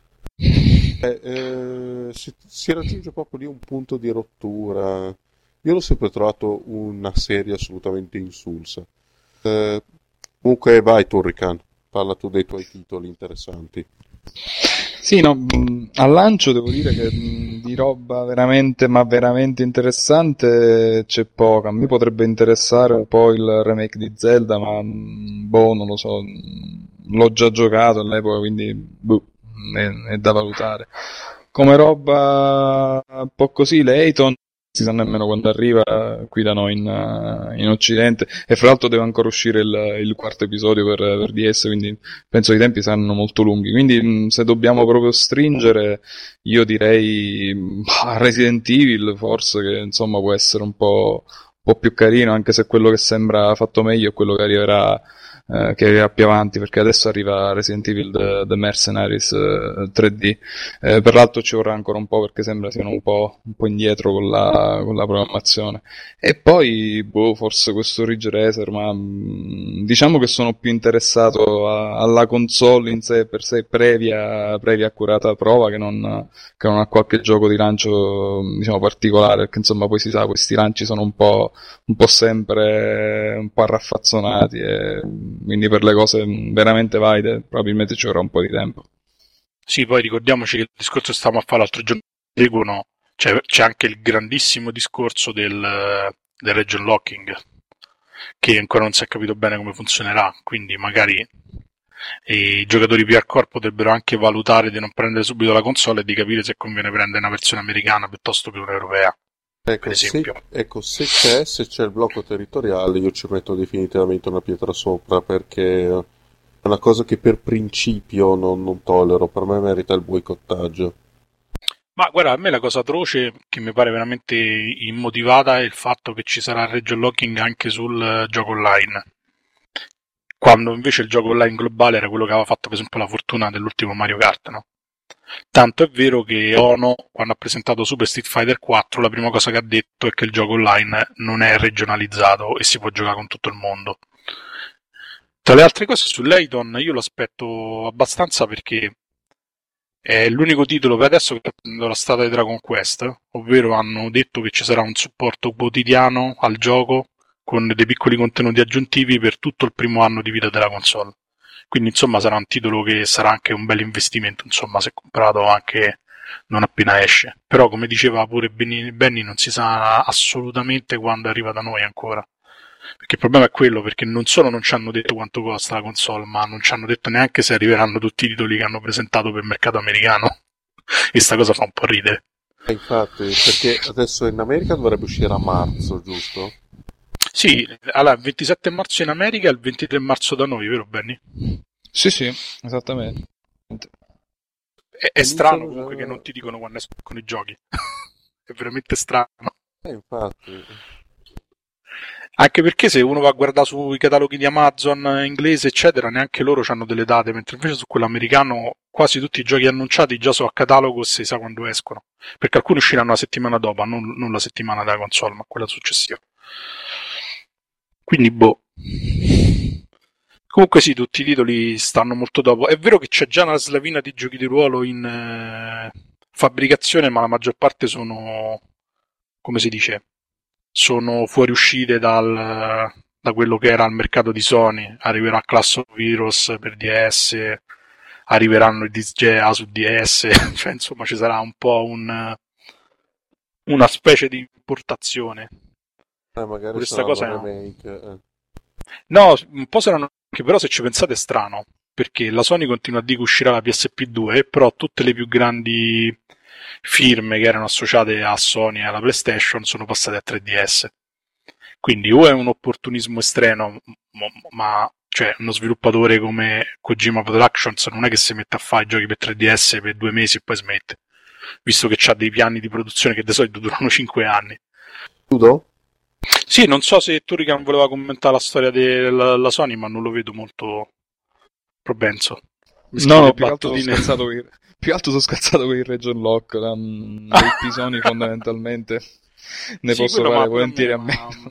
Speaker 2: Eh, eh, si, si raggiunge proprio lì un punto di rottura. Io l'ho sempre trovato una serie assolutamente insulsa. Eh, comunque vai Turrican, parla tu dei tuoi titoli interessanti.
Speaker 5: Sì, no, mh, al lancio devo dire che mh, di roba veramente, ma veramente interessante c'è poca. Mi potrebbe interessare un po' il remake di Zelda, ma mh, boh, non lo so, mh, l'ho già giocato all'epoca, quindi boh, è, è da valutare. Come roba un po' così, Layton, non si sa nemmeno quando arriva qui da noi in, uh, in Occidente, e fra l'altro deve ancora uscire il, il quarto episodio per, per D S, quindi penso che i tempi saranno molto lunghi. Quindi mh, se dobbiamo proprio stringere, io direi bah, Resident Evil forse, che insomma può essere un po', un po' più carino, anche se quello che sembra fatto meglio è quello che arriverà eh, che arriverà più avanti, perché adesso arriva Resident Evil The, The Mercenaries eh, tre D. Eh, per l'altro ci vorrà ancora un po', perché sembra siano un po', un po' indietro con la, con la programmazione. E poi, boh, forse questo Ridge Racer, ma mh, diciamo che sono più interessato a, alla console in sé per sé, previa, previa accurata prova, che non, che non a qualche gioco di lancio, diciamo, particolare, perché insomma poi si sa, questi lanci sono un po', un po' sempre un po' arraffazzonati, e quindi per le cose veramente valide probabilmente ci vorrà un po' di tempo.
Speaker 3: Sì, poi ricordiamoci che il discorso che stavamo a fare l'altro giorno, seguono, c'è, c'è anche il grandissimo discorso del, del region locking, che ancora non si è capito bene come funzionerà, quindi magari i giocatori più hardcore potrebbero anche valutare di non prendere subito la console e di capire se conviene prendere una versione americana piuttosto che un'europea.
Speaker 2: Ecco,
Speaker 3: Per
Speaker 2: se,
Speaker 3: esempio.
Speaker 2: ecco, se c'è, se c'è il blocco territoriale, io ci metto definitivamente una pietra sopra, perché è una cosa che per principio non, non tollero, per me merita il boicottaggio.
Speaker 3: Ma guarda, a me la cosa atroce che mi pare veramente immotivata è il fatto che ci sarà il region locking anche sul uh, gioco online, quando invece il gioco online globale era quello che aveva fatto per esempio la fortuna dell'ultimo Mario Kart, no? Tanto è vero che Ono, quando ha presentato Super Street Fighter quattro, la prima cosa che ha detto è che il gioco online non è regionalizzato e si può giocare con tutto il mondo. Tra le altre cose, su Layton io lo aspetto abbastanza, perché è l'unico titolo per adesso che sta prendendo la strada di Dragon Quest, ovvero hanno detto che ci sarà un supporto quotidiano al gioco con dei piccoli contenuti aggiuntivi per tutto il primo anno di vita della console. Quindi insomma sarà un titolo che sarà anche un bel investimento, insomma, se comprato anche non appena esce. Però come diceva pure Benny, Benny non si sa assolutamente quando arriva da noi ancora. Perché il problema è quello, perché non solo non ci hanno detto quanto costa la console, ma non ci hanno detto neanche se arriveranno tutti i titoli che hanno presentato per il mercato americano. E sta cosa fa un po' ridere.
Speaker 2: E infatti, perché adesso in America dovrebbe uscire a marzo, giusto?
Speaker 3: Sì, allora, il ventisette marzo in America e il ventitré marzo da noi, vero Benny?
Speaker 5: Sì, sì, esattamente.
Speaker 3: È, è strano comunque che non ti dicono quando escono i giochi. È veramente strano.
Speaker 2: Eh, infatti.
Speaker 3: Anche perché se uno va a guardare sui cataloghi di Amazon inglese, eccetera, neanche loro hanno delle date, mentre invece su quello americano quasi tutti i giochi annunciati già sono a catalogo e si sa quando escono. Perché alcuni usciranno la settimana dopo, non, non la settimana della console, ma quella successiva. Quindi, boh. Comunque sì, tutti i titoli stanno molto dopo. È vero che c'è già una slavina di giochi di ruolo in eh, fabbricazione, ma la maggior parte sono, come si dice, sono fuoriuscite dal, da quello che era il mercato di Sony. Arriverà Class of Heroes per D S, arriveranno i Disc Jam su D S, cioè insomma ci sarà un po' un, una specie di importazione.
Speaker 2: Eh, magari
Speaker 3: Questa cosa
Speaker 2: un
Speaker 3: no.
Speaker 2: remake. Eh.
Speaker 3: No, un po' saranno anche, però se ci pensate è strano, perché la Sony continua a dire che uscirà la P S P due, però tutte le più grandi firme che erano associate a Sony e alla PlayStation sono passate a tre D S. Quindi o è un opportunismo estremo, ma cioè uno sviluppatore come Kojima Productions non è che si mette a fare i giochi per tre D S per due mesi e poi smette, visto che ha dei piani di produzione che di solito durano cinque anni.
Speaker 2: Chiudo?
Speaker 3: Sì, non so se Turrican voleva commentare la storia della la Sony, ma non lo vedo molto propenso. Mi
Speaker 5: No, no,
Speaker 3: scrive
Speaker 5: più che altro sono
Speaker 3: battutine.
Speaker 5: scazzato per, più che altro sono scazzato per il Region Lock, da, mm, dei pisoni fondamentalmente. Ne
Speaker 3: Sì,
Speaker 5: posso
Speaker 3: quello,
Speaker 5: fare
Speaker 3: ma,
Speaker 5: volentieri a
Speaker 3: ma,
Speaker 5: meno.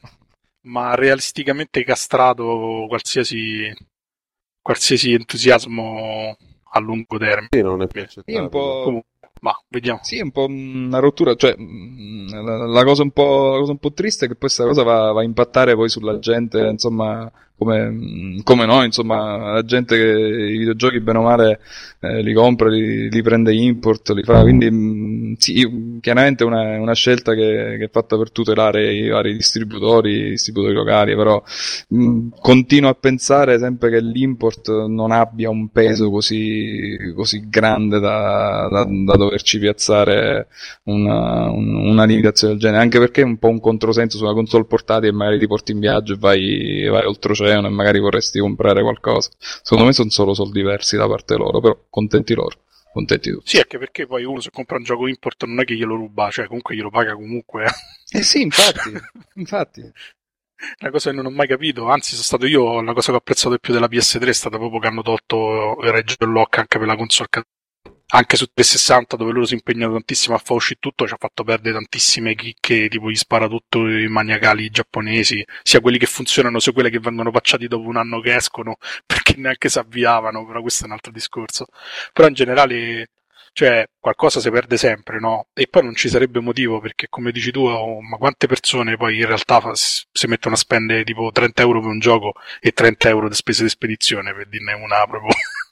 Speaker 3: ma realisticamente castrato qualsiasi, qualsiasi entusiasmo a lungo termine.
Speaker 2: Sì, non è più
Speaker 5: Sì, un
Speaker 2: accettabile.
Speaker 5: po'...
Speaker 3: Comunque, ma vediamo.
Speaker 5: Sì, è un po' una rottura, cioè mh, la, la cosa un po', la cosa un po' triste è che poi questa cosa va, va a impattare poi sulla gente, insomma, come, mh, come noi, insomma, la gente che i videogiochi bene o male eh, li compra, li, li prende import, li fa, quindi mh, sì, chiaramente è una, una scelta che, che è fatta per tutelare i vari distributori, i distributori locali, però mh, continuo a pensare sempre che l'import non abbia un peso così, così grande da, da, da doverci piazzare una, un, una limitazione del genere, anche perché è un po' un controsenso su una console portatile e magari ti porti in viaggio e vai, vai oltreoceano e magari vorresti comprare qualcosa. Secondo me sono solo soldi diversi da parte loro, però contenti loro, contenti tutti.
Speaker 3: Sì, anche perché poi uno se compra un gioco import non è che glielo ruba, cioè comunque glielo paga comunque.
Speaker 5: Eh sì, infatti, infatti.
Speaker 3: Una cosa che non ho mai capito, anzi sono stato io, la cosa che ho apprezzato di più della P S tre è stata proprio che hanno tolto il Region Lock anche per la console, anche su trecentosessanta dove loro si impegnano tantissimo a far uscire tutto, ci ha fatto perdere tantissime chicche, tipo gli sparatutto i maniacali giapponesi, sia quelli che funzionano sia quelli che vengono patchati dopo un anno che escono perché neanche si avviavano, però questo è un altro discorso. Però in generale, cioè, qualcosa si perde sempre, no? E poi non ci sarebbe motivo, perché come dici tu, oh, ma quante persone poi in realtà fa, si mettono a spendere tipo trenta euro per un gioco e trenta euro di spese di spedizione, per dirne una proprio.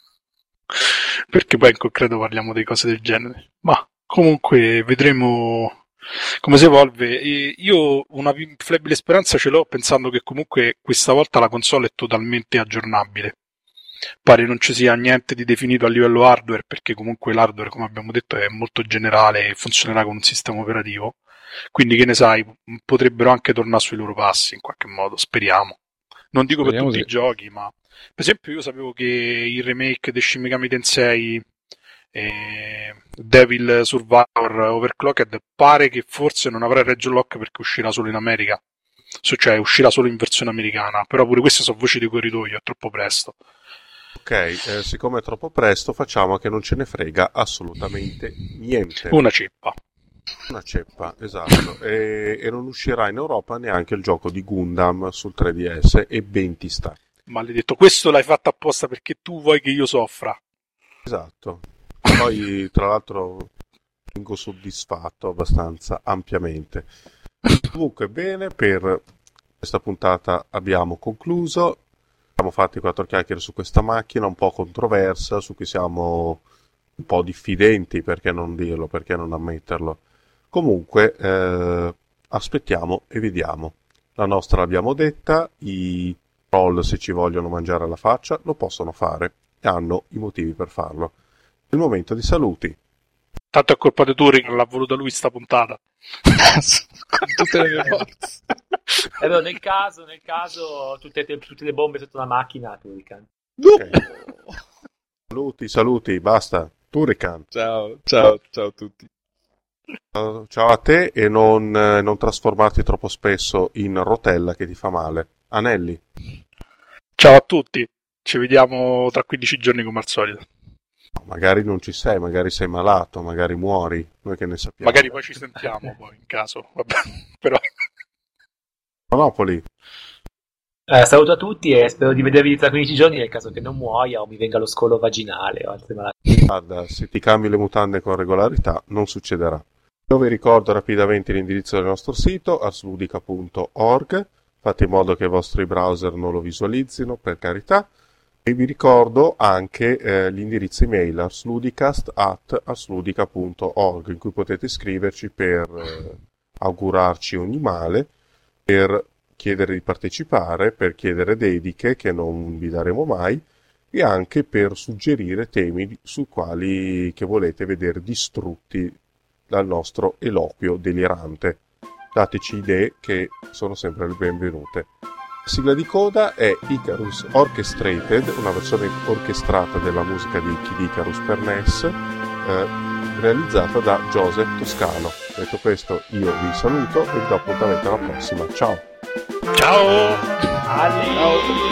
Speaker 3: Perché poi in concreto parliamo di cose del genere. Ma comunque vedremo come si evolve. E io una flebile speranza ce l'ho pensando che comunque questa volta la console è totalmente aggiornabile. Pare non ci sia niente di definito a livello hardware, perché comunque l'hardware, come abbiamo detto, è molto generale e funzionerà con un sistema operativo. Quindi, che ne sai, potrebbero anche tornare sui loro passi in qualche modo, speriamo. Non dico
Speaker 5: Speriamo
Speaker 3: per tutti
Speaker 5: sì.
Speaker 3: i giochi, ma per esempio io sapevo che il remake di Shin Megami Tensei e Devil Survivor Overclocked pare che forse non avrà il Region Lock perché uscirà solo in America, cioè uscirà solo in versione americana, però pure queste sono voci di corridoio, è troppo presto.
Speaker 2: Ok, eh, siccome è troppo presto, facciamo che non ce ne frega assolutamente niente.
Speaker 3: Una ceppa.
Speaker 2: Una ceppa, esatto. E, e non uscirà in Europa neanche il gioco di Gundam sul tre D S e ben ti sta.
Speaker 3: Maledetto, questo l'hai fatto apposta perché tu vuoi che io soffra.
Speaker 2: Esatto. Poi, tra l'altro, vengo soddisfatto abbastanza ampiamente. Comunque, bene, per questa puntata abbiamo concluso. Abbiamo fatto quattro chiacchiere su questa macchina un po' controversa, su cui siamo un po' diffidenti, perché non dirlo, perché non ammetterlo. Comunque, eh, aspettiamo e vediamo. La nostra l'abbiamo detta, i troll se ci vogliono mangiare alla faccia lo possono fare e hanno i motivi per farlo. È il momento di saluti.
Speaker 3: Tanto è colpa di Turing, l'ha voluta lui sta puntata.
Speaker 5: Con tutte le mie forze.
Speaker 4: Eh, no, nel caso, nel caso tutte, tutte le bombe sotto la macchina, Turican.
Speaker 2: Okay. Saluti, saluti, basta. Turican.
Speaker 5: Ciao, ciao, ciao a tutti.
Speaker 2: Uh, ciao a te e non, eh, non trasformarti troppo spesso in rotella che ti fa male. Anelli.
Speaker 3: Ciao a tutti, ci vediamo tra quindici giorni come al solito.
Speaker 2: No, magari non ci sei, magari sei malato, magari muori, noi che ne sappiamo.
Speaker 3: Magari poi ci sentiamo poi in caso, vabbè, però...
Speaker 2: Monopoli.
Speaker 4: Eh, saluto a tutti e spero di vedervi tra quindici giorni nel caso che non muoia o mi venga lo scolo vaginale o altre malattie.
Speaker 2: Guarda, se ti cambi le mutande con regolarità non succederà. Io vi ricordo rapidamente l'indirizzo del nostro sito, arsludica punto org, fate in modo che i vostri browser non lo visualizzino, per carità, e vi ricordo anche eh, l'indirizzo email arsludicast at arsludica punto org, in cui potete scriverci per eh, augurarci ogni male, per chiedere di partecipare, per chiedere dediche che non vi daremo mai, e anche per suggerire temi su quali che volete vedere distrutti dal nostro eloquio delirante. Dateci idee che sono sempre le benvenute. La sigla di coda è Icarus Orchestrated, una versione orchestrata della musica di Kid Icarus per N E S, eh, realizzata da Joseph Toscano. Detto questo, io vi saluto e vi do appuntamento alla prossima. Ciao!
Speaker 3: Ciao!
Speaker 4: Ciao!